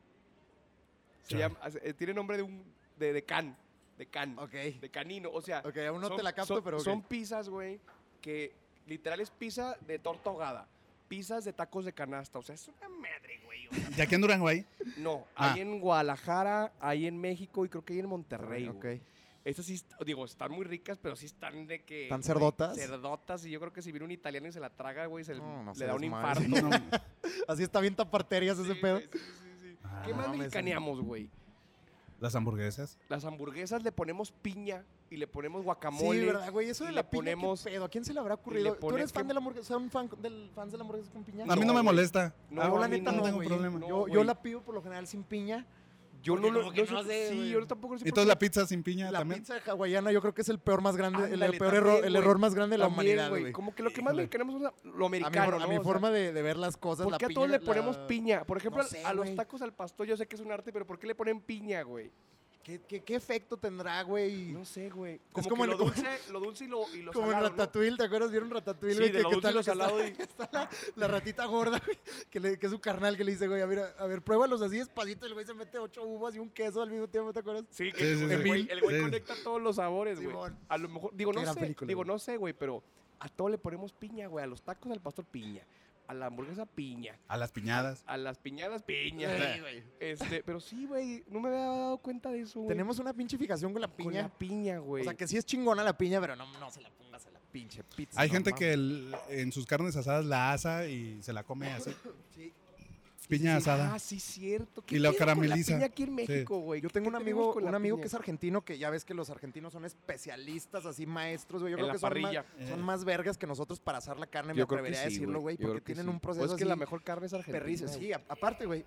Se Ya. llama, tiene nombre de can. De can. Ok. De canino. O sea, Ok, aún no te la capto, pero ok. son pizzas, güey, que literal es pizza de torta ahogada. Pizzas de tacos de canasta. O sea, es una madre, güey. O sea, ¿Ya que en Durango hay? no, Ah. hay en Guadalajara, hay en México y creo que hay en Monterrey. Ok. güey. Estas sí, digo, están muy ricas, pero sí están de que... ¿Están güey, cerdotas? Cerdotas, y yo creo que si viene un italiano y se la traga, güey, No le se da un desmadre. infarto. No. Así está bien taparterias ese Sí, pedo. güey, sí. Ah, ¿Qué más mames, mexicaneamos, güey? Las hamburguesas. Las hamburguesas le ponemos piña y le ponemos guacamole. Sí, ¿verdad, güey? Eso y de le la piña, ponemos- ¿qué pedo? ¿A quién se le habrá y ocurrido? le ¿Tú eres pones fan que- de la hamburguesa? ¿Son fans de la hamburguesa con piña? A mí no me güey. molesta. No, yo a la mí neta no no, tengo güey. problema. No, Yo güey. la pido por lo general sin piña. Yo Porque no lo como que no sé, sí, güey. yo tampoco sé Y por entonces qué. la pizza sin piña La también. pizza hawaiana yo creo que es el peor más grande, Ándale, el peor también, error, el güey. error más grande de la También, humanidad, güey. Como que lo que más Híjole. le queremos es lo A mi, americano, ¿no? a mi O sea, forma de ver las cosas, ¿por la qué a piña, todos le ponemos la- piña? Por ejemplo, No sé, a los güey. tacos al pastor, yo sé que es un arte, pero ¿por qué le ponen piña, güey? ¿Qué efecto tendrá, güey? No sé, güey. como Como, en- que lo dulce y lo Como en salado, ¿no? Ratatouille, ¿te acuerdas? ¿Vieron Ratatouille, Sí, güey? de lo dulce y lo que está- salado y- que está la ratita gorda, güey, que es su carnal, que le dice, güey, a ver, pruébalos así despacito, y el güey se mete 8 uvas y un queso al mismo tiempo, ¿te acuerdas? Sí, que Sí, sí, el sí. güey Sí. conecta todos los sabores, güey. Simón. A lo mejor, digo, Qué no gran sé, película, digo, güey. no sé, güey, pero a todo le ponemos piña, güey. A los tacos al pastor, piña. A la hamburguesa, piña. A las piñadas. A las piñadas, piña. Sí, güey. Pero sí, güey, no me había dado cuenta de eso, güey. Tenemos una pinche fijación con la con piña. la piña, güey. O sea, que sí es chingona la piña, pero no se la pongas a la pinche pizza. Hay no gente mames. que en sus carnes asadas la asa y se la come así. Sí. Piña asada. Ah, sí, cierto. Y lo pedo con la carameliza. piña aquí en México, güey? Yo tengo un ¿Qué amigo, tenemos con la que piña? es argentino, que ya ves que los argentinos son especialistas, así maestros, güey. Yo En creo la que son más, parrilla. son más vergas que nosotros para asar la carne, me Yo creo que atrevería a sí, decirlo, güey, Yo porque creo que tienen sí. un Pues proceso es que así la mejor carne es argentina. perrizo. güey. Sí, aparte, güey.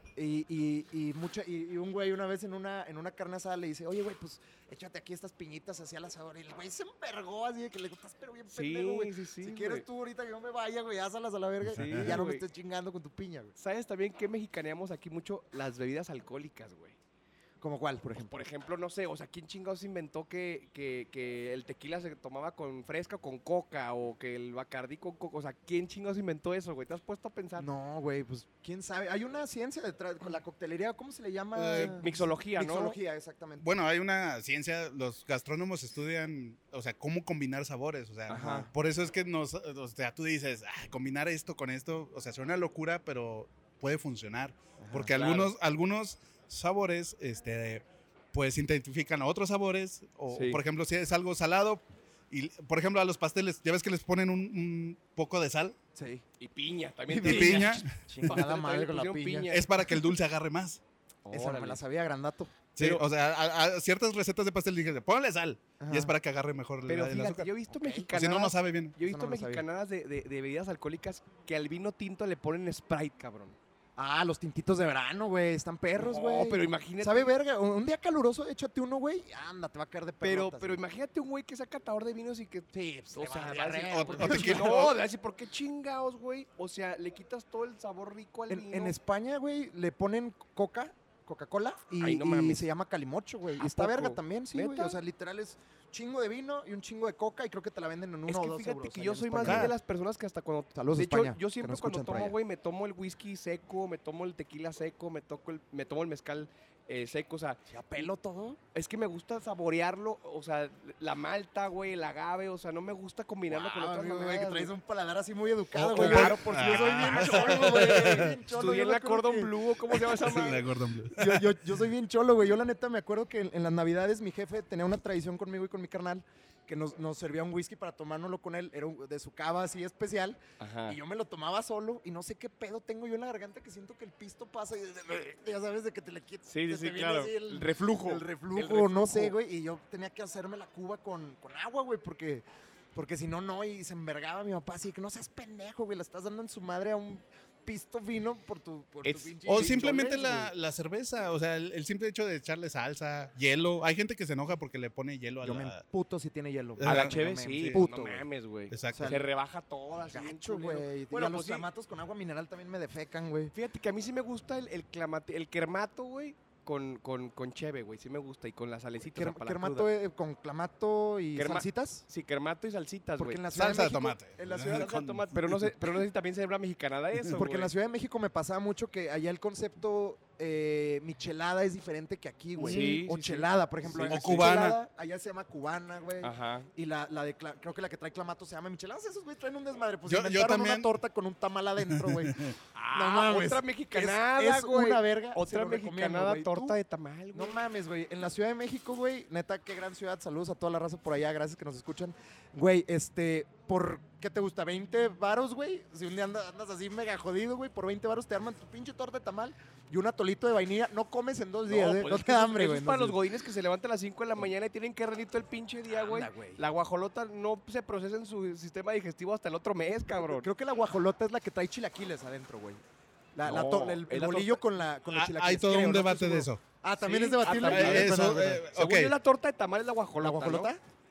Y un güey una vez en una carne asada le dice, oye, güey, pues échate aquí estas piñitas hacia al asador. Y el güey se envergó así de que le estás pero bien pendejo, güey. Sí, sí, Si güey. quieres tú ahorita que yo me vaya, güey, házalas a la verga Sí, y ya no me güey. estés chingando con tu piña, güey. ¿Sabes también que mexicaneamos aquí mucho las bebidas alcohólicas, güey? ¿Como cuál, por Pues, ejemplo? por ejemplo, no sé, o sea, ¿quién chingados inventó que el tequila se tomaba con fresca o con coca? O que el bacardí con coca. O sea, ¿quién chingados inventó eso, güey? ¿Te has puesto a pensar? No, güey, pues quién sabe. Hay una ciencia detrás con la coctelería, ¿cómo se le llama? Mixología, ¿no? Mixología, exactamente. Bueno, hay una ciencia, los gastrónomos estudian, o sea, cómo combinar sabores, o sea, Ajá. por eso es que o sea, tú dices, combinar esto con esto, o sea, suena locura, pero puede funcionar, porque claro. algunos sabores, pues identifican a otros sabores, o Sí. por ejemplo, si es algo salado, y por ejemplo a los pasteles, ya ves que les ponen un poco de sal Sí. Y piña, también. y piña, Chingada También madre con la pusieron piña. es para que el dulce agarre más. Esa no me la sabía, grandato. Sí, Pero- o sea, a ciertas recetas de pastel dije, ponle sal. Ajá. Y es para que agarre mejor Pero el fíjate, azúcar. yo he visto O si mexicanadas. no, no sabe bien. Yo he Eso visto no lo sabía. mexicanadas de bebidas alcohólicas que al vino tinto le ponen Sprite, cabrón. Ah, los tintitos de verano, güey. Están perros, güey. No, pero imagínate. ¿Sabe verga? Un día caluroso, échate uno, güey. Anda, te va a caer de pelotas, Pero güey. imagínate un güey que sea catador de vinos y que. Sí, pues, O le sea, va a va a decir, diarrea, ¿por güey. qué porque- no, va a decir, ¿por qué chingados, güey? O sea, le quitas todo el sabor rico al vino. En España, güey, le ponen Coca-Cola Ay, y, no y mames. se llama calimocho, güey. ¿A Y está poco? verga también, sí, güey. ¿Neta? O sea, literal es chingo de vino y un chingo de coca y creo que te la venden en uno Es o que 2 fíjate euros. que allá yo en soy más España. bien de las personas que hasta cuando. Saludos, de hecho, España, yo que siempre nos cuando escuchan por tomo, allá. güey, me tomo el whisky seco, me tomo el tequila seco, me tomo el mezcal seco. O sea, ¿Se apelo todo? es que me gusta saborearlo. O sea, la malta, güey, el agave. O sea, no me gusta combinarlo con otras Amigo, güey, que mamadas, traes güey. un paladar así muy educado, Oh, güey. claro, por si ah. yo soy bien cholo, güey. Bien cholo, Estudié yo en me la acuerdo Cordon que- Blue, ¿cómo se llama esa La madre? Gordon Blue. Yo soy bien cholo, güey. Yo la neta me acuerdo que en las navidades mi jefe tenía una tradición conmigo y con mi carnal que nos servía un whisky para tomárnoslo con él. Era de su cava así especial. Ajá. Y yo me lo tomaba solo y no sé qué pedo tengo yo en la garganta que siento que el pisto pasa y ya sabes de que te le quitas. Sí, que sí, te sí, viene claro. así El reflujo. El reflujo, El reflujo. no sé, güey. Y yo tenía que hacerme la cuba con agua, güey, porque si no, no. Y se envergaba mi papá así que no seas pendejo, güey. Le estás dando en su madre a un pisto vino por tu Es- pinche O simplemente chinchones, güey. la cerveza, o sea, el simple hecho de echarle salsa, hielo. Hay gente que se enoja porque le pone hielo a Yo me la... emputo si tiene hielo. A A la Ah, cheve no sí, mames, puto, puto, no güey. mames, güey. Exacto. Se rebaja toda, así, bien Gacho, culero. güey. Bueno, Y a los pues sí. clamatos con agua mineral también me defecan, güey. Fíjate que a mí sí me gusta el kermato, güey, con cheve, güey. Sí me gusta. Y con las salecitas. o sea, para la Kermato cruda. con clamato y Kerma- salsitas. Sí, kermato y salsitas, Porque güey. en la Ciudad Salsa de de México, tomate. En la ciudad, Salsa de con- tomate, pero no sé si también se llama mexicanada eso, porque en la güey. Ciudad de México me pasaba mucho que allá el concepto michelada es diferente que aquí, güey. Sí, O sí, sí. chelada, por ejemplo. Sí, en sí, sí. Cubana. michelada, allá se llama cubana, güey. Ajá. Y creo que la que trae clamato se llama michelada. Esos güey traen un desmadre. Pues Yo inventaron también. una torta con un tamal adentro, güey. Ah, mames. otra mexicanada, es güey. una verga. se Otra lo recomiendo, mexicanada güey. torta Tú, de tamal, No güey. mames, güey. En la Ciudad de México, güey, neta, qué gran ciudad. Saludos a toda la raza por allá. Gracias que nos escuchan. Güey, ¿por qué te gusta? ¿20 varos, güey? Si un día andas así mega jodido, güey, por 20 varos te arman tu pinche torta de tamal y un atolito de vainilla. No comes en 2 días, No, ¿eh? pues No es te que da eso- hambre, eso güey. es para los entonces. godines que se levantan a las 5 de la mañana y tienen que rendir todo el pinche día, güey. Anda, güey. La guajolota no se procesa en su sistema digestivo hasta el otro mes, cabrón. Creo que la guajolota es la que trae chilaquiles adentro, güey. No, El es la bolillo torta- con los Ah, chilaquiles. hay todo creo, un no estoy debate de seguro. eso. Ah, ¿también Sí, es debatible? también. A ver, Eso, cuéntame. Según ok. yo, la torta de tamal es la guajolota, ¿La guajolota?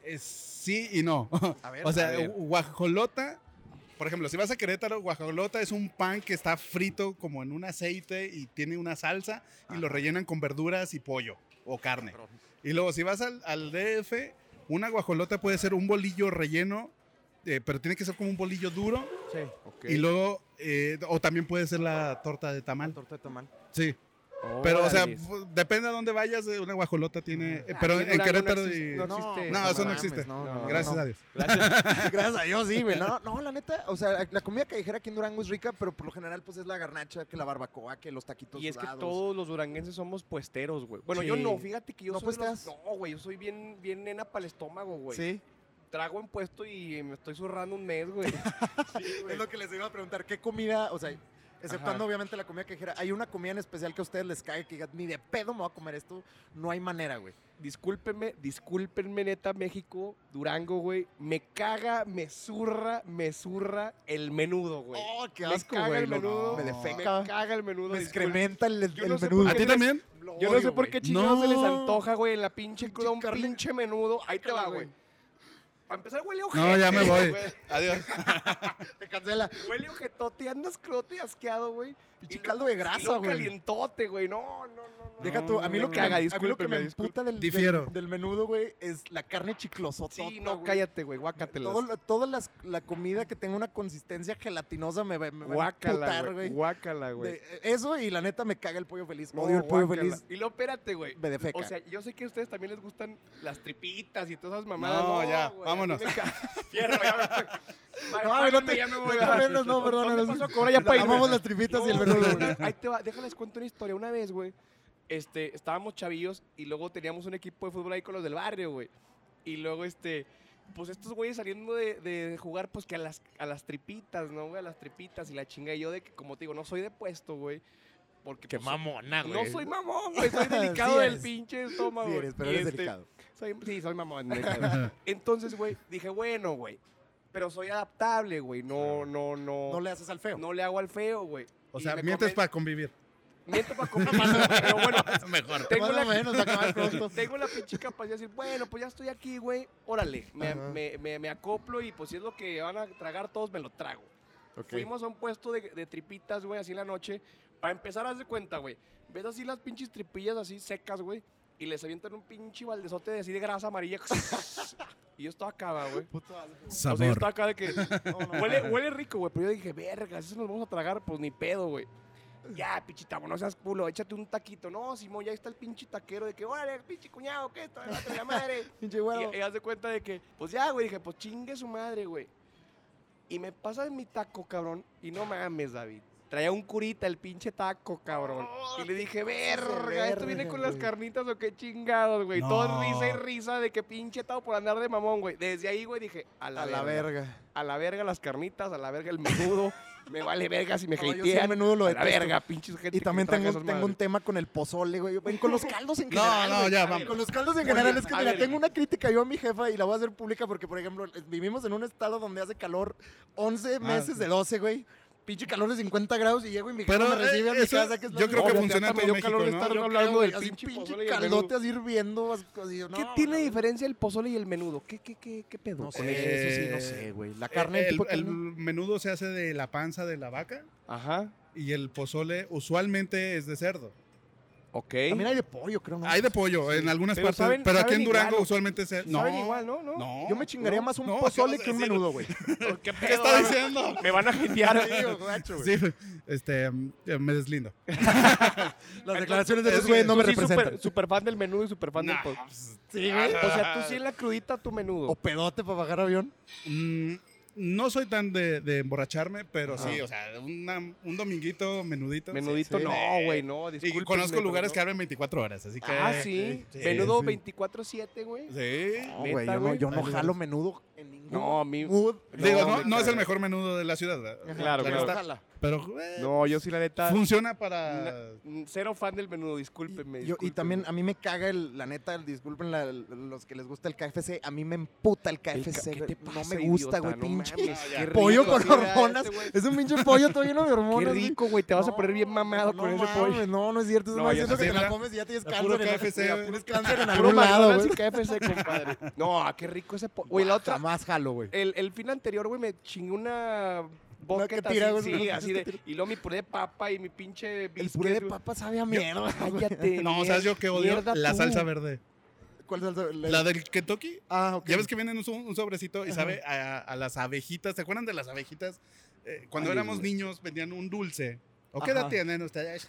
Sí y no. A ver, O sea, a ver. guajolota, por ejemplo, si vas a Querétaro, guajolota es un pan que está frito como en un aceite y tiene una salsa y lo rellenan con verduras y pollo o carne. Y luego si vas al DF, una guajolota puede ser un bolillo relleno, pero tiene que ser como un bolillo duro. Sí. Ok. Y luego, o también puede ser la torta de tamal. Torta de tamal. Sí. Pero, o sea, Órale. depende a dónde vayas, una guajolota tiene. Ah, Pero aquí en Durango Querétaro no existe, y. no existe. No, eso no mames, existe. No, Gracias no. a Dios. Gracias. Gracias a Dios, sí, güey. No, la neta, o sea, la comida callejera aquí en Durango es rica, pero por lo general, pues es la garnacha, que la barbacoa, que los taquitos Y es que sudados. todos los duranguenses somos puesteros, güey. Bueno, Sí. yo no, fíjate que yo ¿No soy de los- puesteas? No, güey, yo soy bien nena para el estómago, güey. Sí. Trago en puesto y me estoy zurrando un mes, güey. Es lo que les iba a preguntar. ¿Qué comida, o sea, exceptuando Ajá. obviamente la comida callejera, hay una comida en especial que a ustedes les cae que digan, ni de pedo me voy a comer esto? No hay manera, güey. Discúlpenme, neta, México, Durango, güey. Me caga, me zurra el menudo, güey. Oh, qué me asco, caga güey. el menudo. Me Me defeca. caga el menudo. Me disculpen. excrementa el Yo no sé menudo. por ¿A qué ti también? Lo Yo no sé odio, por güey. qué chingados se les No. antoja, güey, en la pinche cruda un carne. pinche menudo. Ahí te va, Carne, güey. Para empezar, huele ojete. No, ya me voy. güey. Adiós. Te cancela. Huele ojetote, andas crudo y asqueado, güey. Pinche Y caldo de grasa, y luego güey. calientote, güey. No. Deja tú, a mí me lo que caga, a mí lo que discúlpeme, me emputa Difiero. del menudo, güey, es la carne chiclosota. Sí, no, cállate, güey, guácatelas. Toda la comida que tenga una consistencia gelatinosa me va a Guácala, emputar, güey. güey. Guácala, güey. Eso y la neta me caga el pollo feliz. No, Odio el pollo guácala. feliz. Y luego, espérate, güey. Me defeca. O sea, yo sé que a ustedes también les gustan las tripitas y todas esas mamadas. No, ya, güey, vámonos. a mí me caga. Fierro, ya me voy. No, güey, no te- Ya me voy. no, menos, no, perdón. ¿Dónde pasó? Cobra ya para irme. Amamos las tripitas y el No, menudo, güey, güey. ahí te va, déjales cuento una historia. Una vez, güey, estábamos chavillos y luego teníamos un equipo de fútbol ahí con los del barrio, güey. Y luego, pues estos güeyes saliendo de jugar, pues que a las tripitas, ¿no, güey? A las tripitas y la chinga. Y yo de que, como te digo, no soy de puesto, güey. porque Qué pues, mamona, güey. no soy mamón, güey, soy delicado Sí del eres. pinche estómago. Sí eres, pero Y eres delicado. Soy mamón. neta. Entonces, güey, dije, bueno, güey, pero soy adaptable, güey, no No le haces al feo. le hago al feo, güey. O Y sea, me mientes conven- para convivir. Miento para comer, pero bueno, Mejor. tengo Más la, o menos, acabar pronto. tengo la pinche capacidad de decir, bueno, pues ya estoy aquí, güey, órale, Ajá. me acoplo y pues si es lo que van a tragar todos, me lo trago. Ok. Fuimos a un puesto de tripitas, güey, así en la noche. Para empezar, haz de cuenta, güey. Ves así las pinches tripillas así secas, güey. Y les avientan un pinche baldezote de así de grasa amarilla. Y yo estaba acá, güey. O sea, yo Sabor. estaba acá de que huele rico, güey. Pero yo dije, verga, si eso nos vamos a tragar, pues ni pedo, güey. Ya, pinche tabo, no seas culo, échate un taquito. No, Simón, ya está el pinche taquero de que, órale, pinche cuñado, ¿qué? Está la madre. Pinche güero. Y haz de cuenta de que, pues ya, güey, dije, pues chingue su madre, güey. Y me pasa en mi taco, cabrón, y no mames, David. Traía un curita el pinche taco, cabrón. Y le dije, verga, ¿esto viene con las güey. carnitas o qué chingados, güey? No. Todo risa y risa de que pinche taco por andar de mamón, güey. Desde ahí, güey, dije, a la verga. A la verga las carnitas, a la verga el menudo. Me vale verga si me No, yo sí hatean. el menudo lo a la detesto. verga, pinches gente Y también que traga tengo, esas tengo un madres. tema con el pozole, güey. Ven, con los caldos en No, general. no, güey. ya, A ver, vamos. con los caldos en Oye, general, es que a mira, ver. tengo una crítica yo a mi jefa y la voy a hacer pública porque, por ejemplo, vivimos en un estado donde hace calor 11 meses sí. de 12, güey. Pinche calor de 50 grados y llego y mi jefa Pero me recibe a mi eso, casa. Que es yo creo que Obvio, funciona en hasta me todo dio calor de México, estar ¿no? hablando del así, pinche pinche pozole y el caldote menudo. así hirviendo. Así, no, ¿Qué no, tiene no, diferencia el pozole y el menudo? ¿Qué pedo? No con sé, eso? eso sí, no sé, güey. La carne, el tipo de el carne. menudo se hace de la panza de la vaca Ajá, y el pozole usualmente es de cerdo. ok. También hay de pollo, creo, ¿no? Hay de pollo en algunas Pero partes, saben- pero aquí saben en Durango igual, ¿o? usualmente es cerdo. Saben igual, ¿no? No. Yo me chingaría más un no, pozole ¿qué que un vas a decir? menudo, güey. ¿Qué ¿Qué está diciendo? Me van a jetear. Sí, me deslindo. Las declaraciones de esos es- güeyes no me Tú sí, representan. super fan del menudo y super fan del Nah, pozole. pues, Sí, güey. O sea, tú sí en la crudita tu menudo. O pedote para bajar avión. no soy tan de emborracharme, pero Ajá. sí, o sea, un dominguito, menudito. Menudito, sí. no, güey, no, Y discúlpenme, conozco lugares que pero abren 24 horas, así que... no. Ah, sí. Sí, Menudo sí. 24/7, güey. Sí. No, güey, Neta, yo no, güey. yo no Hay jalo lugares. menudo en ningún No, a mí- mood. Digo, No, no, me no es caga. el mejor menudo de la ciudad, ¿verdad? Claro, Claro claro. está. Pero No, yo sí la neta. funciona para... Cero fan del menudo, discúlpenme. Y también a mí me caga, la neta, disculpen los que les gusta el KFC, a mí me emputa el KFC. ¿Qué te güey. pasa, no me gusta, idiota? güey, No pinche. mames, qué qué Pollo rico, con sí, era hormonas. este, güey. Es un pinche pollo todo lleno de Qué hormonas. güey. rico, güey. Te vas a No, poner bien mamado no con ese mames, pollo. No, no es cierto. Es No, más, ya siento que sé, te la mira, comes y ya tienes a cáncer. puro en el- KFC, mira, güey. tienes cáncer en Puro algún lado, McDonald's güey. y KFC, compadre. No, qué rico ese pollo. Güey, la otra. Jamás jalo, güey. El fin anterior, güey, me chingué una que boqueta tira, así, güey, sí, una así que de, tira. y luego mi puré de papa y mi pinche El biscuit, puré de güey. papa sabe a mierda. Cállate. No, ¿sabes yo que odio? Mierda La tú. salsa verde. ¿Cuál es el? La del Kentucky. Ah, ok. Ya ves que viene en un sobrecito y sabe a las abejitas. ¿Te acuerdan de las abejitas? Cuando ¿Cuáles, éramos güey? niños vendían un dulce. ¿O qué Ajá. edad tienen ustedes?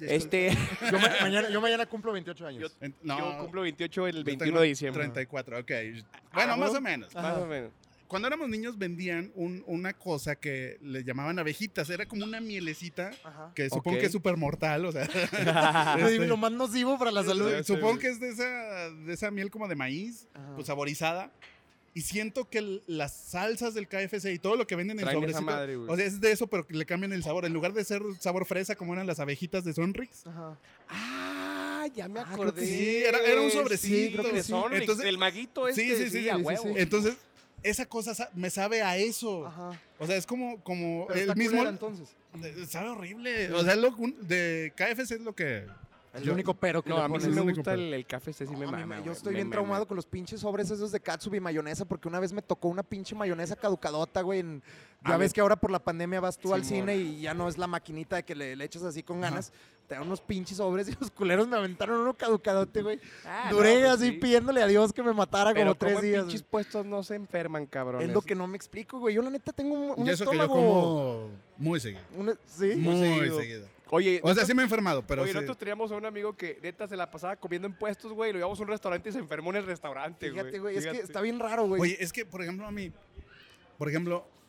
Yo mañana cumplo 28 años. No, Yo cumplo 28 el yo 21 tengo de diciembre. 34, ok. Bueno, Ah, más ¿no? o menos. Ajá. Más o menos. Cuando éramos niños vendían una cosa que le llamaban abejitas. Era como una mielecita Ajá. que supongo Ok. que es súper mortal. O sea, Sí, lo más nocivo para la salud. Ya sé, supongo güey. que es de esa miel como de maíz, Ajá. pues saborizada. Y siento que las salsas del KFC y todo lo que venden en Traen esa sobrecito, madre, güey. o sea, es de eso, pero que le cambian el sabor. En lugar de ser sabor fresa como eran las abejitas de Sonrix, Ajá. Ah, ya me Ah, creo acordé. que sí, era un sobrecito. Sí, creo que Sí. de Sonrix, Entonces- el maguito este. sí, sí, sí, a sí, huevo. sí. entonces esa cosa me sabe a eso. Ajá. O sea, es como Pero el está mismo. culera, entonces. Sabe horrible. O sea, de KFC es lo que. El Yo- único pero que No, le a mí pones. sí es me el único gusta pedo. el café, este sí me No, a mí mama, yo güey. estoy Me bien mama. traumado con los pinches sobres esos de catsup y mayonesa porque una vez me tocó una pinche mayonesa caducadota, güey. Ya A ves ver. que ahora por la pandemia vas tú al Simón. cine y ya no es la maquinita de que le echas así con ganas. Te dan unos pinches sobres y los culeros me aventaron uno caducadote, güey. Ah, Duré no, pues así sí. pidiéndole a Dios que me matara Pero como 3 ¿cómo en días. pinches puestos no se enferman, cabrón. Es lo que no me explico, güey. Yo la neta tengo un Y eso que yo estómago. como muy seguido. ¿Sí? Muy seguido. seguido. Oye, O sea, sí me he enfermado, pero oye, sí. nosotros teníamos a un amigo que neta se la pasaba comiendo en puestos, güey. Lo llevamos a un restaurante y se enfermó en el restaurante, güey. Fíjate, güey. Es que Fíjate. está bien raro, güey. Oye, es que, por ejemplo,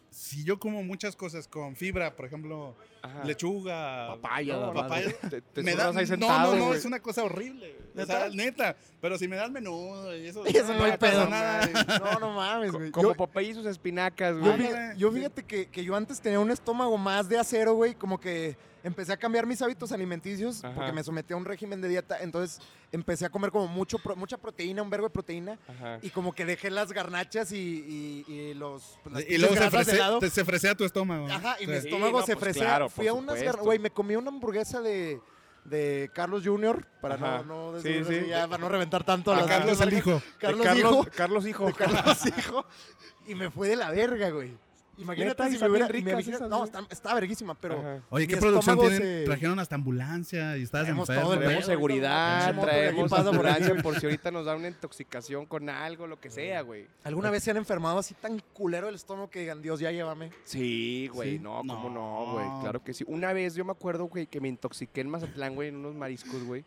si yo como muchas cosas con fibra, por ejemplo, Ajá. lechuga, Papaya, no, mamá, papaya, te me da, zurras ahí no, sentado, no, güey. es una cosa horrible. O sea, neta, pero si me das menudo y eso, Eso no hay pasa pedo. nada. No mames, güey. Como Yo- Popeye y sus espinacas, Yo, güey. yo fíjate que yo antes tenía un estómago más de acero, güey, como que empecé a cambiar mis hábitos alimenticios Ajá. porque me sometí a un régimen de dieta, entonces empecé a comer como mucha proteína, un verbo de proteína, Ajá. y como que dejé las garnachas y los pues, las Y luego pinches grasas de lado. se fresea tu estómago. ¿no? Ajá, y mi Sí. estómago no, se pues fresea. claro, Fui a por unas supuesto. güey, me comí una hamburguesa de Carlos Jr. para Ajá. no Sí, decir así, sí. ya, para no reventar tanto A las Carlos el hijo. Carlos De hijo. Carlos hijo. De Carlos hijo. Y me fue de la verga, güey. Imagínate Neta, y si me están hubiera... bien ricas esas, no, güey. está verguísima, pero... Ajá. Oye, mi ¿qué producción estómago tienen? se- Trajeron hasta ambulancia y estabas Traemos enfermo. todo el Traemos pedo, seguridad, pinche moto de traemos aquí pasa por ahí. ambulancia por si ahorita nos da una intoxicación con algo, lo que sea, güey. ¿Alguna vez se han enfermado así tan culero el estómago que digan, Dios, ya llévame? Sí, güey, ¿Sí? no, cómo No. no, güey. Claro que sí. Una vez yo me acuerdo, güey, que me intoxiqué en Mazatlán, güey, en unos mariscos, güey.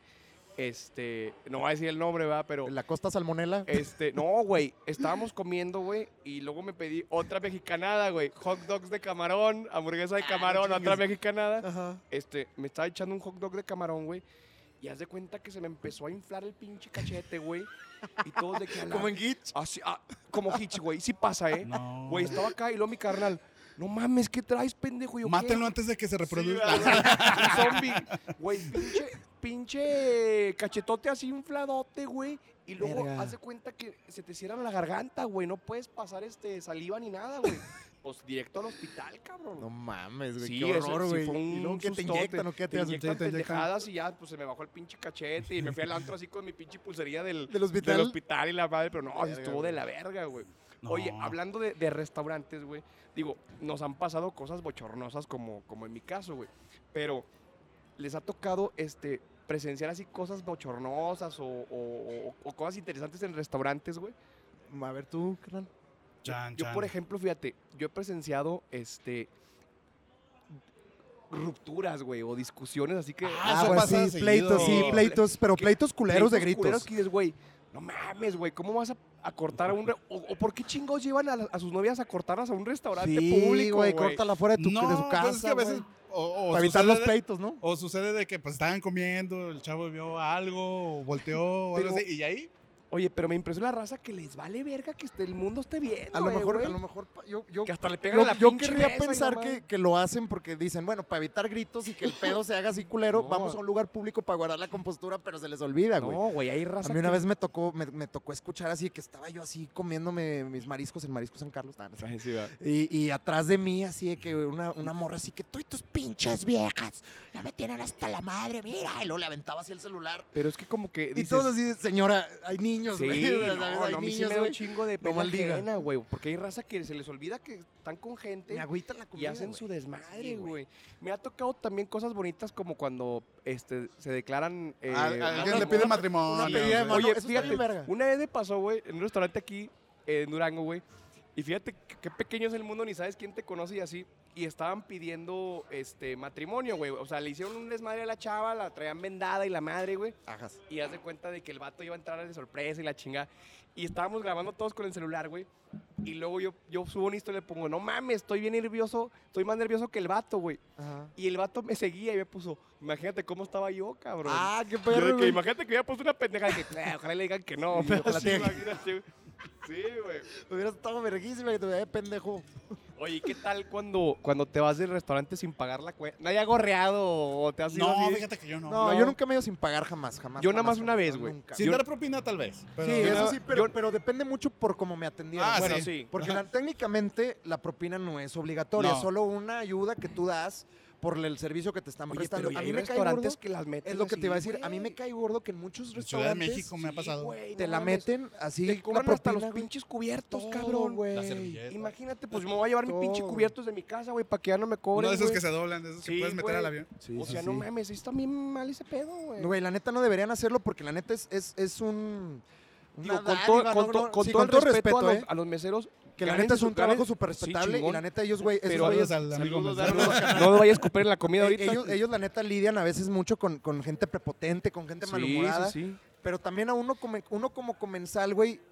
No voy a decir el nombre, ¿verdad? Pero ¿La costa salmonela? no, güey, estábamos comiendo, güey, y luego me pedí otra mexicanada, güey. Hot dogs de camarón, hamburguesa de camarón, no otra chingues. mexicanada. Ajá. Me estaba echando un hot dog de camarón, güey. Y haz de cuenta que se me empezó a inflar el pinche cachete, güey. Y todos de que a la- Como en Gitch. Así, como Hitch, güey. Sí pasa, ¿eh? No. Güey, estaba acá y luego mi carnal. No mames, ¿qué traes, pendejo? Y yo, ¿qué? Mátenlo antes de que se Sí, reproduzca. ¿verdad? Un zombie. Güey, pinche cachetote así infladote, güey. Y luego Verga. haz de cuenta que se te cierra la garganta, güey. No puedes pasar saliva ni nada, güey. Pues directo al hospital, cabrón. No mames, güey, Sí, qué eso horror, sí güey. fue un y luego que te sustote. inyectan o qué te Te hacen. inyectan te inyectan. pendejadas y ya, pues se me bajó el pinche cachete y me fui al antro así con mi pinche pulsería ¿Del hospital? del hospital y la madre, pero no, Verga, estuvo güey. de la verga, güey. No. Oye, hablando de restaurantes, güey, digo, nos han pasado cosas bochornosas como en mi caso, güey, pero les ha tocado presenciar así cosas bochornosas o cosas interesantes en restaurantes, güey. A ver tú, carnal. Chan, Yo, chan. por ejemplo, fíjate, yo he presenciado rupturas, güey, o discusiones así que Ah, eso pues pasa sí, seguido. pleitos, sí, Sí. pleitos, pero pleitos culeros de pleitos culeros gritos. que dices, güey, no mames, güey, ¿cómo vas a cortar a un... o por qué chingados llevan a sus novias a cortarlas a un restaurante Sí, público, güey, córtala fuera de, de su No, casa, pues es que a veces güey. o Para evitar los sucede- pleitos, ¿no? O sucede de que pues estaban comiendo, el chavo vio algo, o volteó, o algo Pero- así, y ahí Oye, pero me impresiona la raza que les vale verga que el mundo esté bien, A lo mejor, yo Que hasta le pegan a la yo pinche querría mesa y pensar la madre. que lo hacen porque dicen, bueno, para evitar gritos y que el pedo se haga así culero, No. vamos a un lugar público para guardar la compostura, pero se les olvida, güey. No, güey, hay raza A mí una que- vez me tocó escuchar así que estaba yo así comiéndome mis mariscos en Mariscos San Carlos. Nah, no sé. Ay, sí, va. Y atrás de mí, así de que una morra así que tú y tus pinches viejas ya me tienen hasta la madre, mira. Y luego le aventaba así el celular. Pero es que como que Y dices... todos así, señora, hay niños, Sí, güey. no, ¿sabes? Hay no, a mí sí niños, me da un güey. chingo de No pena maldiga. ajena, güey, porque hay raza que se les olvida que están con gente Me agüita la y comida, hacen güey. su desmadre, Sí, güey. Me ha tocado también cosas bonitas como cuando se declaran... alguien le pide matrimonio. una pedida de güey. mano. Oye, eso está fíjate, bien verga. una vez me pasó, güey, en un restaurante aquí en Durango, güey. Y fíjate qué pequeño es el mundo, ni sabes quién te conoce y así. Y estaban pidiendo matrimonio, güey. O sea, le hicieron un desmadre a la chava, la traían vendada y la madre, güey. Ajas. Y haz de cuenta de que el vato iba a entrar de sorpresa y la chinga. Y estábamos grabando todos con el celular, güey. Y luego yo subo una historia y le pongo, no mames, estoy bien nervioso, estoy más nervioso que el vato, güey. Ajá. Y el vato me seguía y me puso, imagínate cómo estaba yo, cabrón. Ah, qué Yo de perro, que, güey. imagínate que hubiera puesto una pendeja de que, ojalá le digan que no. Sí, pero ojalá sí, te- imagínate, güey. Sí, güey. Hubiera estado verguísima que te vea pendejo. Oye, ¿y qué tal cuando te vas del restaurante sin pagar la cuenta? ¿Nadie ha gorreado o te has ido No, así? fíjate que yo no. No, No. yo nunca me he ido sin pagar jamás. Yo nada más jamás, una vez, jamás, güey. nunca. Sin yo- dar propina tal vez. Pero Sí, yo eso no- sí, pero depende mucho por cómo me atendieron. Ah, Bueno, sí. sí. Porque técnicamente la propina no es obligatoria, No. es solo una ayuda que tú das por el servicio que te están Oye, prestando. pero a hay mí me cae restaurantes gordo, que las meten es lo que te iba a así, decir, a mí me güey. cae gordo que en muchos en Ciudad de restaurantes México me ha pasado. güey, te no la mames. meten así, Te la cobran hasta propina, los güey. pinches cubiertos, Todo, cabrón. güey. La servilleta. Imagínate, pues me voy a llevar mi pinche Todo. cubiertos de mi casa, güey, para que ya no me Uno cobren, de esos güey. que se doblan, de esos que Sí, puedes meter güey. al avión. Sí, O sí, sea, sí. no mames, está bien mal ese pedo, güey. Güey, la neta no deberían hacerlo porque la neta es un... Digo, una con dádiva, todo, no, con no, to- con sí, todo el respeto, a, ¿eh? a los meseros. Que la ganen neta es su- un trabajo ganen- súper sí, respetable y chingón. la neta ellos, güey, esos Pero güeyes- Saludos al amigo Saludos, Gonzalo. no me vayas a escupir en la comida ahorita. ellos la neta lidian a veces mucho con gente prepotente, con gente malhumorada. Sí. Pero también a uno como comensal, güey,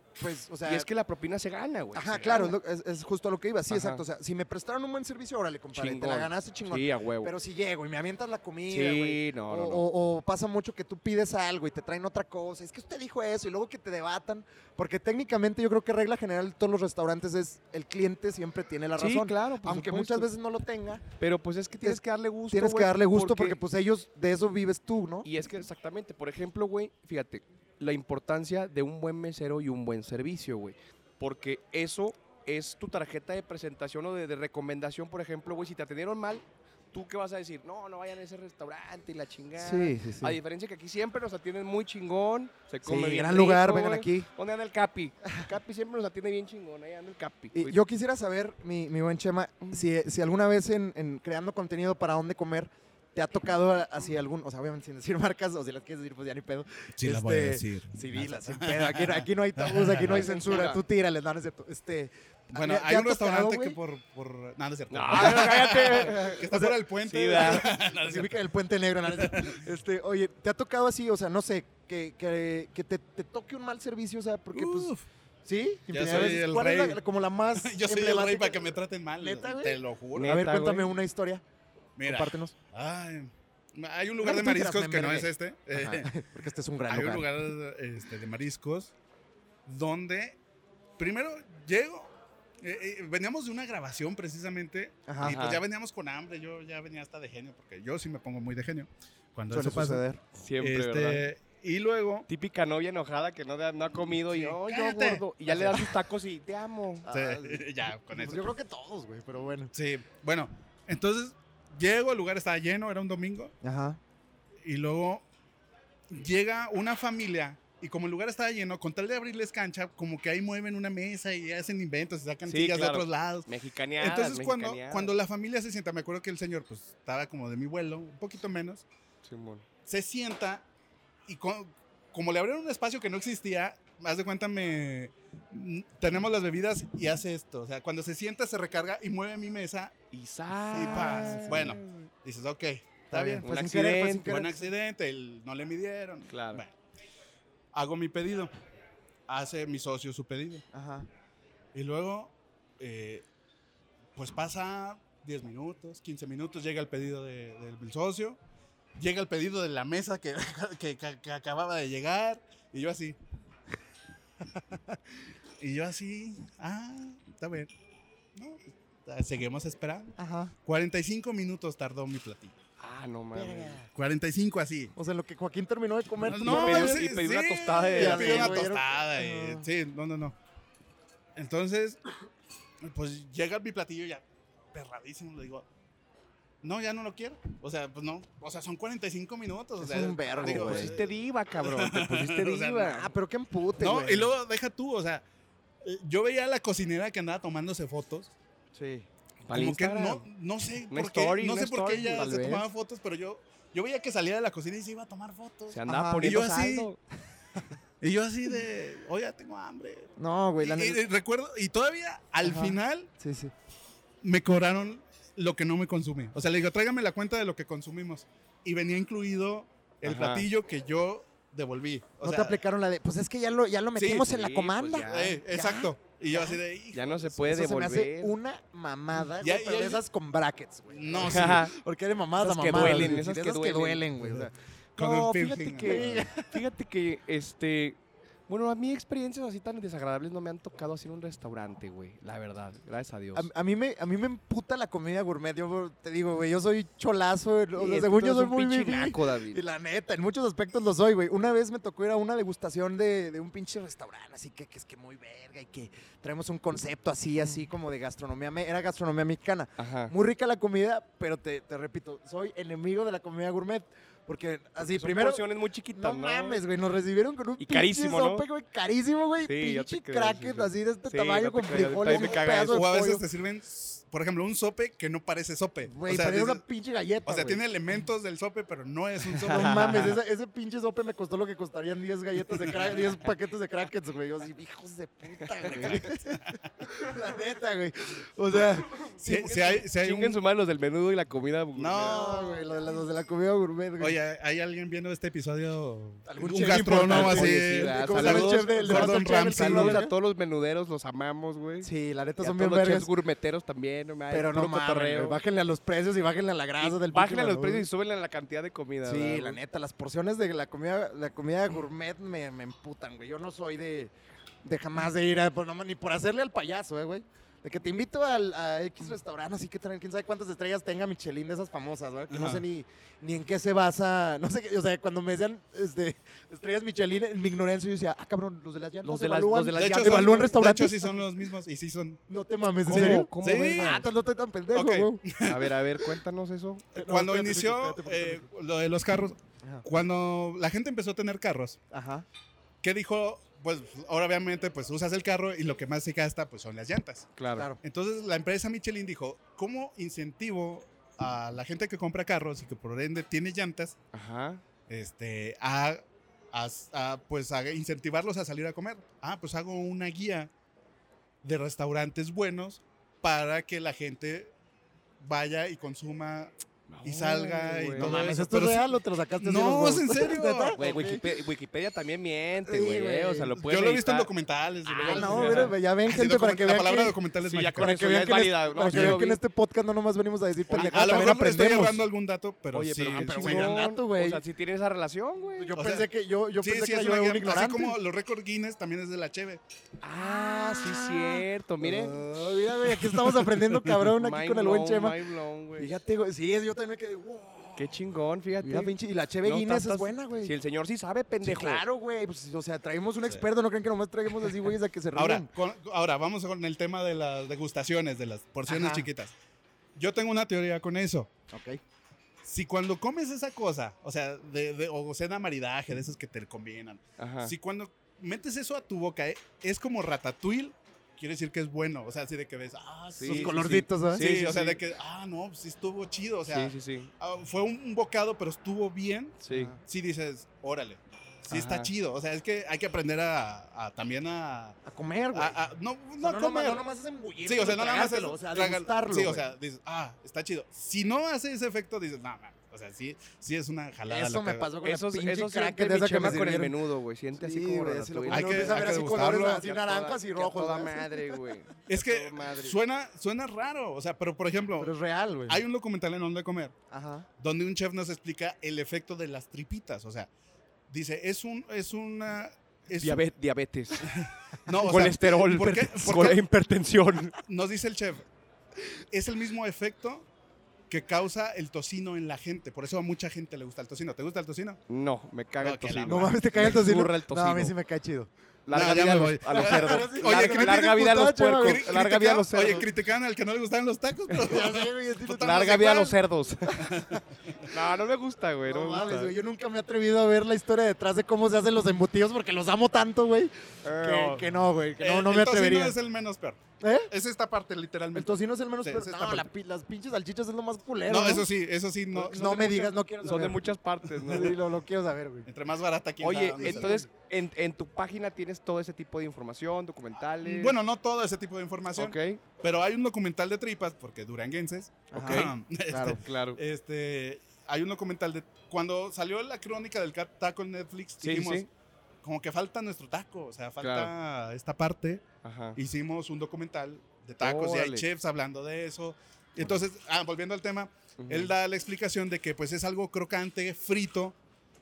pues, o sea... Y es que la propina se gana, güey. Ajá, se claro, gana. es justo a lo que iba. Sí, Ajá. exacto. O sea, si me prestaron un buen servicio, órale, compadre, te la Chingón. ganaste chingón. Sí, a huevo. Pero si llego y me avientas la comida, Sí, güey. no, o, no, no. o pasa mucho que tú pides algo y te traen otra cosa. Es que usted dijo eso y luego que te debatan. Porque técnicamente yo creo que regla general de todos los restaurantes es el cliente siempre tiene la Sí, razón. claro, por Aunque supuesto. muchas veces no lo tenga, Pero pues es que tienes que darle gusto, tienes que güey, darle gusto porque pues ellos, de eso vives tú, ¿no? Y es que exactamente, por ejemplo, güey, fíjate, la importancia de un buen mesero y un buen servicio, güey. Porque eso es tu tarjeta de presentación o de recomendación, por ejemplo, güey, si te atendieron mal, ¿tú qué vas a decir? No, no vayan a ese restaurante y la chingada. sí. A diferencia que aquí siempre nos atienden muy chingón, se come Sí, bien gran rico, lugar, vengan güey. aquí. ¿Dónde anda el Capi? El Capi siempre nos atiende bien chingón, ahí anda el Capi. Y güey. yo quisiera saber, mi buen Chema, si alguna vez en creando contenido para dónde comer, te ha tocado así algún, o sea, obviamente sin decir marcas, o si las quieres decir, pues ya ni pedo. Sí, la voy a decir. Sí, dilas, sin pedo. Aquí no hay tabús, aquí no hay censura. Tú tírales, no es cierto. Bueno, ¿te hay ha un restaurante tocado, que por... No, no es cierto. No, cállate. Que está fuera del puente. Sí, ¿verdad? No, no es Se ubica cierto. en el Puente Negro. ¿No? Oye, ¿te ha tocado así, o sea, no sé, que te toque un mal servicio, o sea, porque pues... Uf, ¿Sí? Ya Infinidad de soy veces. el ¿Cuál es rey. como la más yo soy el rey emblemática? para que me traten mal. ¿Neta, güey? Te lo juro. Neta, A ver, güey. cuéntame una historia. Mira. Compártenos. Ay, hay un lugar Una de que tú quieras, mariscos que no me es este. Ajá, porque este es un gran Hay un lugar. lugar de mariscos donde primero llego. Veníamos de una grabación precisamente Ajá. y pues Ajá. ya veníamos con hambre. Yo ya venía hasta de genio porque yo sí me pongo muy de genio cuando Suele eso pasa. suceder. Siempre, ¿verdad? Y luego Típica novia enojada que no ha comido y Sí, yo cállate. gordo. Y ya le das sus tacos y te amo. sí, Ah, ya con Pues eso. yo creo que todos, güey, pero bueno. Sí, bueno, entonces llego, el lugar estaba lleno, era un domingo. Ajá. Y luego llega una familia y como el lugar estaba lleno, con tal de abrirles cancha, como que ahí mueven una mesa y hacen inventos y sacan Sí, sillas claro. de otros lados. Mexicaneadas, Entonces mexicaneadas. cuando la familia se sienta, me acuerdo que el señor pues estaba como de mi vuelo, un poquito menos, Simón. se sienta y como le abrieron un espacio que no existía, haz de cuenta tenemos las bebidas y hace esto. O sea, cuando se sienta se recarga y mueve mi mesa. Y paz. Bueno. Dices, ok, está bien. Un sin querer, accidente. sin querer. Buen accidente, no le midieron. Claro. Bueno, hago mi pedido. Hace mi socio su pedido. Ajá. Y luego, pues pasa 10 minutos, 15 minutos, llega el pedido del socio. Llega el pedido de la mesa que acababa de llegar. Y yo así. Está bien. No, seguimos esperando. Ajá. 45 minutos tardó mi platillo. Ah, no mames. 45 así. O sea, lo que Joaquín terminó de comer. tú No, ya pedí- pediste. y pedí una tostada de- ya pedí una güey, tostada. Ajá. Sí, no. Entonces, pues llega mi platillo ya perradísimo. Le digo, no, ya no lo quiero. O sea, pues no. O sea, son 45 minutos. O Es sea, un vergo, Te digo, güey. pusiste diva, cabrón. Te pusiste O sea, diva. Ah, pero qué empute, no, güey. y luego deja tú, o sea, yo veía a la cocinera que andaba tomándose fotos. Sí. Para Como que Instagram. no sé Una por qué, story, no una sé por qué story, ella tal se vez. tomaba fotos, pero yo veía que salía de la cocina y se iba a tomar fotos. Se andaba Ajá. poniendo Y yo así, saldo. Y yo así de, oye, tengo hambre. No, güey. Y recuerdo, y todavía al Ajá. final Sí, sí. me cobraron lo que no me consumí. O sea, le digo, tráigame la cuenta de lo que consumimos. Y venía incluido el Ajá. platillo que yo devolví. O No te sea, aplicaron la de, pues es que ya lo metimos en la sí, comanda. pues ya. exacto. Y yo así de, hijo, Ya no se puede Eso se me hace devolver. una mamada, Ya- güey, pero ya- de esas con brackets, güey. no, sí. Ajá. Porque hay de mamadas a Esas que mamadas. duelen, güey, esas de que duelen. duelen, güey. O sea, Con No, el fíjate piercing, que, bueno, a mí experiencias así tan desagradables no me han tocado así en un restaurante, güey. La verdad, gracias a Dios. a mí me emputa la comida gourmet. Yo te digo, güey, yo soy cholazo. O sea, Sí, es que según tú yo eres soy un muy pinche fifí. naco, David. Y la neta, en muchos aspectos lo soy, güey. Una vez me tocó ir a una degustación de un pinche restaurante, así que es que muy verga y que traemos un concepto así como de gastronomía. Era gastronomía mexicana. Ajá. Muy rica la comida, pero te repito, soy enemigo de la comida gourmet. Porque así, Son primero, porciones muy chiquitas, no ¿no? mames, güey, nos recibieron con un Y pinche carísimo, ¿no? sope, güey, carísimo, güey. Sí, yo te pinche creo, cracket sí, sí. así de este Sí, tamaño no te con creo, frijoles, también me un caga pedazo de O a veces pollo. te sirven, por ejemplo, un sope que no parece sope. Güey, o sea, parecía dices- una pinche galleta, o sea, güey. tiene elementos del sope, pero no es un sope. No mames, ese pinche sope me costó lo que costarían 10 galletas de crack, 10 paquetes de crackets, güey. Yo así, hijos de puta, güey. La neta, güey. O sea, Si hay Chinguen un... su madre los del menudo y la comida. No, no, güey, los de la comida gourmet, güey. Oye, hay alguien viendo este episodio, Algún un chef gastrónomo importante. así. Oye, sí, ¿verdad? ¿Cómo se llama el chef del Gordon Masterchef? Ramsay. Saludos güey. a todos los menuderos, los amamos, güey. Sí, la neta Y a son todos bien los chefs vergas. gourmeteros también, no mames, Pero no puro mames, cotorreo. güey, bájenle a los precios y bájenle a la grasa del Bájenle a los pinche precios y menú. súbenle a la cantidad de comida. Sí, ¿verdad, la güey? neta, las porciones de la comida gourmet me emputan, güey. Yo no soy de jamás de ir a, pues, no, ni por hacerle al payaso, güey. De que te invito a X restaurante, así que traen quién sabe cuántas estrellas tenga Michelin de esas famosas, ¿verdad? Que no Ajá. sé ni en qué se basa, no sé, o sea, cuando me decían estrellas Michelin, en mi ignorancia yo decía, cabrón, los de las llantas Los de las- evalúan, los de las De hecho, llantas. evalúan de restaurantes. hecho, sí son los mismos y sí son. No te mames, ¿en ¿Cómo? serio? ¿Cómo, Sí. güey? Ah, entonces no estoy tan pendejo, Ok. güey. A ver, cuéntanos eso. Cuando espérate, inició espérate. lo de los carros, Ajá. cuando la gente empezó a tener carros, Ajá. ¿qué dijo? Pues ahora obviamente pues usas el carro y lo que más se gasta pues son las llantas. Claro. Entonces la empresa Michelin dijo, ¿cómo incentivo a la gente que compra carros y que por ende tiene llantas Ajá. pues a incentivarlos a salir a comer? Pues hago una guía de restaurantes buenos para que la gente vaya y consuma y salga y güey. No todo mames, eso. ¿esto es Pero sí- real o te lo sacaste así de No, los es en huevos? serio. ¿Neta? Güey, Ok. Wikipedia también miente, Sí, güey. güey. O sea, lo pueden Yo lo he visto en editar. documentales. y luego- No, Sí, mira, ya ven, Así, gente, para que la vean palabra que... documental es Sí, ya mágica. con Para eso que ya vean es que, en válida. para No, que yo vean lo que en vi. este podcast no nomás venimos a decir A pendejadas, lo también mejor me estoy aprendemos. ahorrando algún dato, pero Oye, sí. pero qué pero chingón. muy gran dato, güey. O sea, sí tiene esa relación, güey. Yo O pensé sea, que yo Sí, pensé sí, que es yo era una un guía, ignorante. así como los récords Guinness también es de la cheve. Ah, sí, cierto. Mire. Ah, mira, güey, aquí estamos aprendiendo cabrón aquí Mind con el buen blown, Chema. mind blown, güey. Fíjate, güey, sí, yo también me quedé, wow. Qué chingón, fíjate. Mira, pinche, y la Cheve No Guinness es tantas- buena, güey. Si el señor sí sabe, Sí, pendejo. claro, güey. Pues, o sea, traemos un experto, no creen que nomás traigamos así, güeyes, a que se rían. Ahora, vamos con el tema de las degustaciones, de las porciones Ajá. chiquitas. Yo tengo una teoría con eso. Ok. Si cuando comes esa cosa, o sea, o cena maridaje, de esos que te combinan, Ajá. si cuando metes eso a tu boca es como ratatouille, quiere decir que es bueno. O sea, así de que ves, Sí, Sus sí, colorcitos, ¿sabes? Sí, Sí, sí, o sea, sí. de que, no, pues sí estuvo chido. O sea, Sí, sí, sí. fue un bocado, pero estuvo bien. Sí. Ajá. Sí dices, órale, sí está Ajá. chido. O sea, es que hay que aprender también a A comer, güey. no O sea, a comer. No nomás es embullirlo, Sí, o sea, no nada más es tragártelo, o sea, tragar- degustarlo, Sí, o güey. sea, dices, está chido. Si no hace ese efecto, dices, no, man, o sea, sí es una jalada. Eso lo me que- pasó con Eso la pinche siente cracker mi de esa que Chema me con el sirvieron. menudo, güey. Siente así Sí, como güey, si lo ratatouille. Hay que- empieza a ver hay que así colores degustarlo. así naranjas y Que a rojos. toda ¿verdad? madre, güey. Es Que a que toda madre. suena raro. O sea, pero por ejemplo, Pero es real, güey. hay un documental en Donde Comer Ajá. donde un chef nos explica el efecto de las tripitas. O sea, dice, es una. Diabetes. No, o sea, Colesterol. ¿por qué? ¿Por qué? Hipertensión. Nos dice el chef, es el mismo efecto que causa el tocino en la gente. Por eso a mucha gente le gusta el tocino. ¿Te gusta el tocino? No, me caga No, el que la tocino. No madre. mames, te cae el Me tocino. zurra el No, a mí tocino. sí me cae chido. Larga No, ya vida me a voy. los, a los cerdos. Oye, Larga, critican larga vida a los putado, puercos. Chema, Larga vida a los cerdos. Oye, criticaban al que no le gustaban los tacos, pero... Ya sé, güey, a ti no te- Larga vida a los igual. cerdos. No me gusta, güey. No, No me mames, gusta. güey, yo nunca me he atrevido a ver la historia detrás de cómo se hacen los embutidos porque los amo tanto, güey. Que no, güey, que no me El atrevería. tocino es el menos peor. ¿Eh? Es esta parte, El literalmente. tocino es el menos Sí, peor. es esta No, parte. las pinches salchichas es lo más culero. No, eso sí, no. No me digas, no quiero Son saber. de muchas partes, ¿no? Sí, lo quiero saber, güey. Entre más barata aquí. Oye, entonces, en tu página tienes todo ese tipo de información, documentales. Bueno, no todo ese tipo de información, Ok, pero hay un documental de tripas, porque duranguenses. Ajá. claro, claro. Hay un documental de... Cuando salió la crónica del taco en Netflix, Sí, dijimos, sí. como que falta nuestro taco, o sea, falta Claro. esta parte. Ajá. Hicimos un documental de tacos y hay Órale. chefs hablando de eso. Entonces, volviendo al tema, Ujú. él da la explicación de que pues es algo crocante, frito,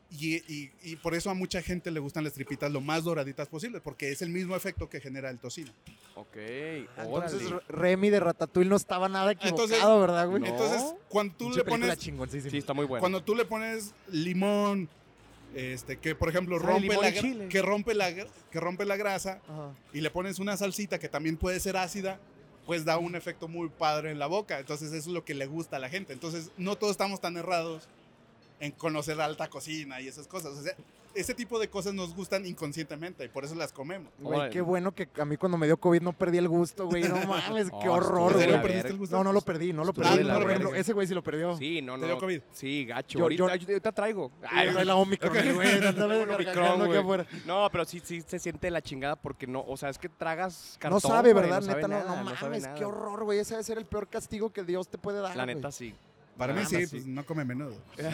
y por eso a mucha gente le gustan las tripitas lo más doraditas posible, porque es el mismo efecto que genera el tocino. Ok, Entonces, órale. Remy de Ratatouille no estaba nada equivocado, Entonces, ¿verdad, güey? no. Entonces, cuando tú Pinche le película pones... chingoncísima. Sí, está muy bueno. Cuando tú le pones limón, que por ejemplo Sabe rompe limón la, y chile. que rompe la grasa, Ajá. y le pones una salsita que también puede ser ácida, pues da un efecto muy padre en la boca. Entonces eso es lo que le gusta a la gente. Entonces no todos estamos tan errados en conocer la alta cocina y esas cosas. O sea, ese tipo de cosas nos gustan inconscientemente y por eso las comemos. Güey, Órale. qué bueno que a mí cuando me dio COVID no perdí el gusto, güey. No mames, qué Oh, horror, estuvo de ¿En serio la güey. perdiste verga. el gusto? No, no lo perdí, no lo Estuvo perdí. de la Por ejemplo, verga. ese güey sí lo perdió. Sí, no, ¿Te dio COVID? Sí, gacho. Yo- ahorita traigo. Ay, trae la Omicron, güey. Andaba Omicron, gargajeando aquí güey. afuera. No, pero sí se siente la chingada porque no, o sea, es que tragas cartón. No sabe, güey, ¿verdad? no sabe Neta, nada, no sabe mames, nada. qué horror, güey. Ese debe ser el peor castigo que Dios te puede dar. La güey. neta sí. Para mí Ah, sí, sí. pues no come menudo.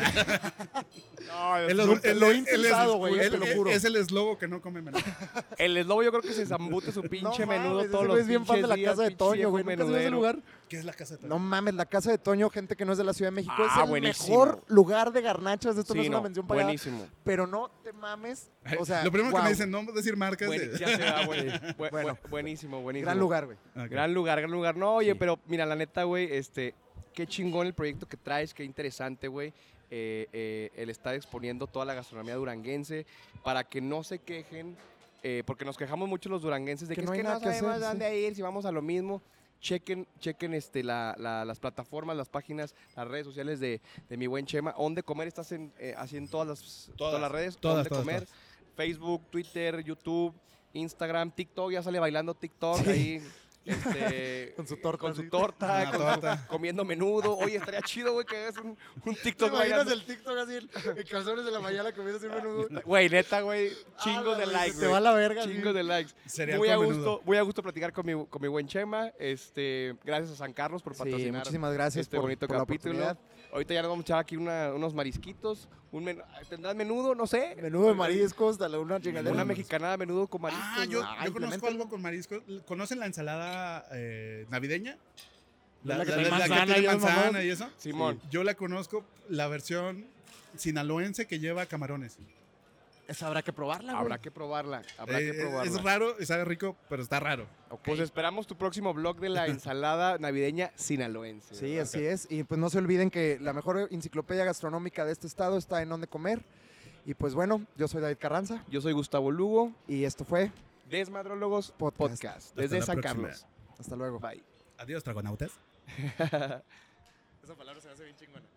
No, Es lo he intentado, güey, te lo juro. Es el eslobo que no come menudo. El eslobo yo creo que se zambute su pinche menudo mames, todos ese los güey es bien fan de la pinches casa de días, Toño, pinche güey. viejo ¿Nunca has ido a ese menudero. lugar? ¿Qué es la casa de Toño? No mames, la casa de Toño, gente que no es de la Ciudad de México, Ah, es el buenísimo. mejor lugar de garnachas. Esto no Sí, es una no, mención pagada. buenísimo. Pero no te mames. O sea, Lo primero que guau, me dicen, no decir marcas. Ya se va, güey. Bueno. Buenísimo, buenísimo. gran lugar, güey. Ok. Gran lugar, gran lugar. No, oye, Sí. pero mira, la neta, güey, qué chingón el proyecto que traes, qué interesante, güey. El estar exponiendo toda la gastronomía duranguense para que no se quejen, porque nos quejamos mucho los duranguenses de Que que, no es hay que nada no que sabemos hacer, a dónde ir, si vamos a lo mismo. Chequen las plataformas, las páginas, las redes sociales de mi buen Chema. ¿Dónde comer? Estás así en todas las redes. Todas, ¿Dónde todas, comer? todas. Facebook, Twitter, YouTube, Instagram, TikTok. Ya sale bailando TikTok ahí. Con su torta, Con su así. torta, Una torta. comiendo menudo. Oye, estaría chido, güey, que hagas un ¿Te TikTok imaginas bailando. el TikTok así, el calzones de la mañana comiendo así menudo? Güey, neta, güey, chingos Ah, de güey, likes, se te güey. va la verga, Chingos sí. de likes. Cereal Muy a con gusto, menudo. muy a gusto platicar con mi buen Chema. Gracias a San Carlos por Sí, patrocinar muchísimas gracias este por, bonito por la capítulo. oportunidad. Ahorita ya nos vamos a echar aquí unos marisquitos. ¿Tendrás menudo? No sé. Menudo de mariscos, dale una chingadera. Una mexicanada menudo con mariscos. Ah, yo, ¿no? Ay, yo conozco impleméntalo. algo con mariscos. ¿Conocen la ensalada navideña? La que La tiene que manzana tiene y esas manzana mamadas. y eso. Simón. Yo la conozco, la versión sinaloense que lleva camarones. Esa habrá que probarla, güey. Habrá que probarla. Habrá que probarla. Es raro y sabe rico, pero está raro. Pues esperamos tu próximo vlog de la ensalada navideña sinaloense. Sí, ¿verdad? así es. Y pues no se olviden que la mejor enciclopedia gastronómica de este estado está en Dónde Comer. Y pues bueno, yo soy David Carranza Yo soy Gustavo Lugo, y esto fue Desmadrólogos Podcast. Podcast, desde la San próxima. Carlos. Hasta luego. Bye. Adiós, dragonautas. Esa palabra se me hace bien chingona.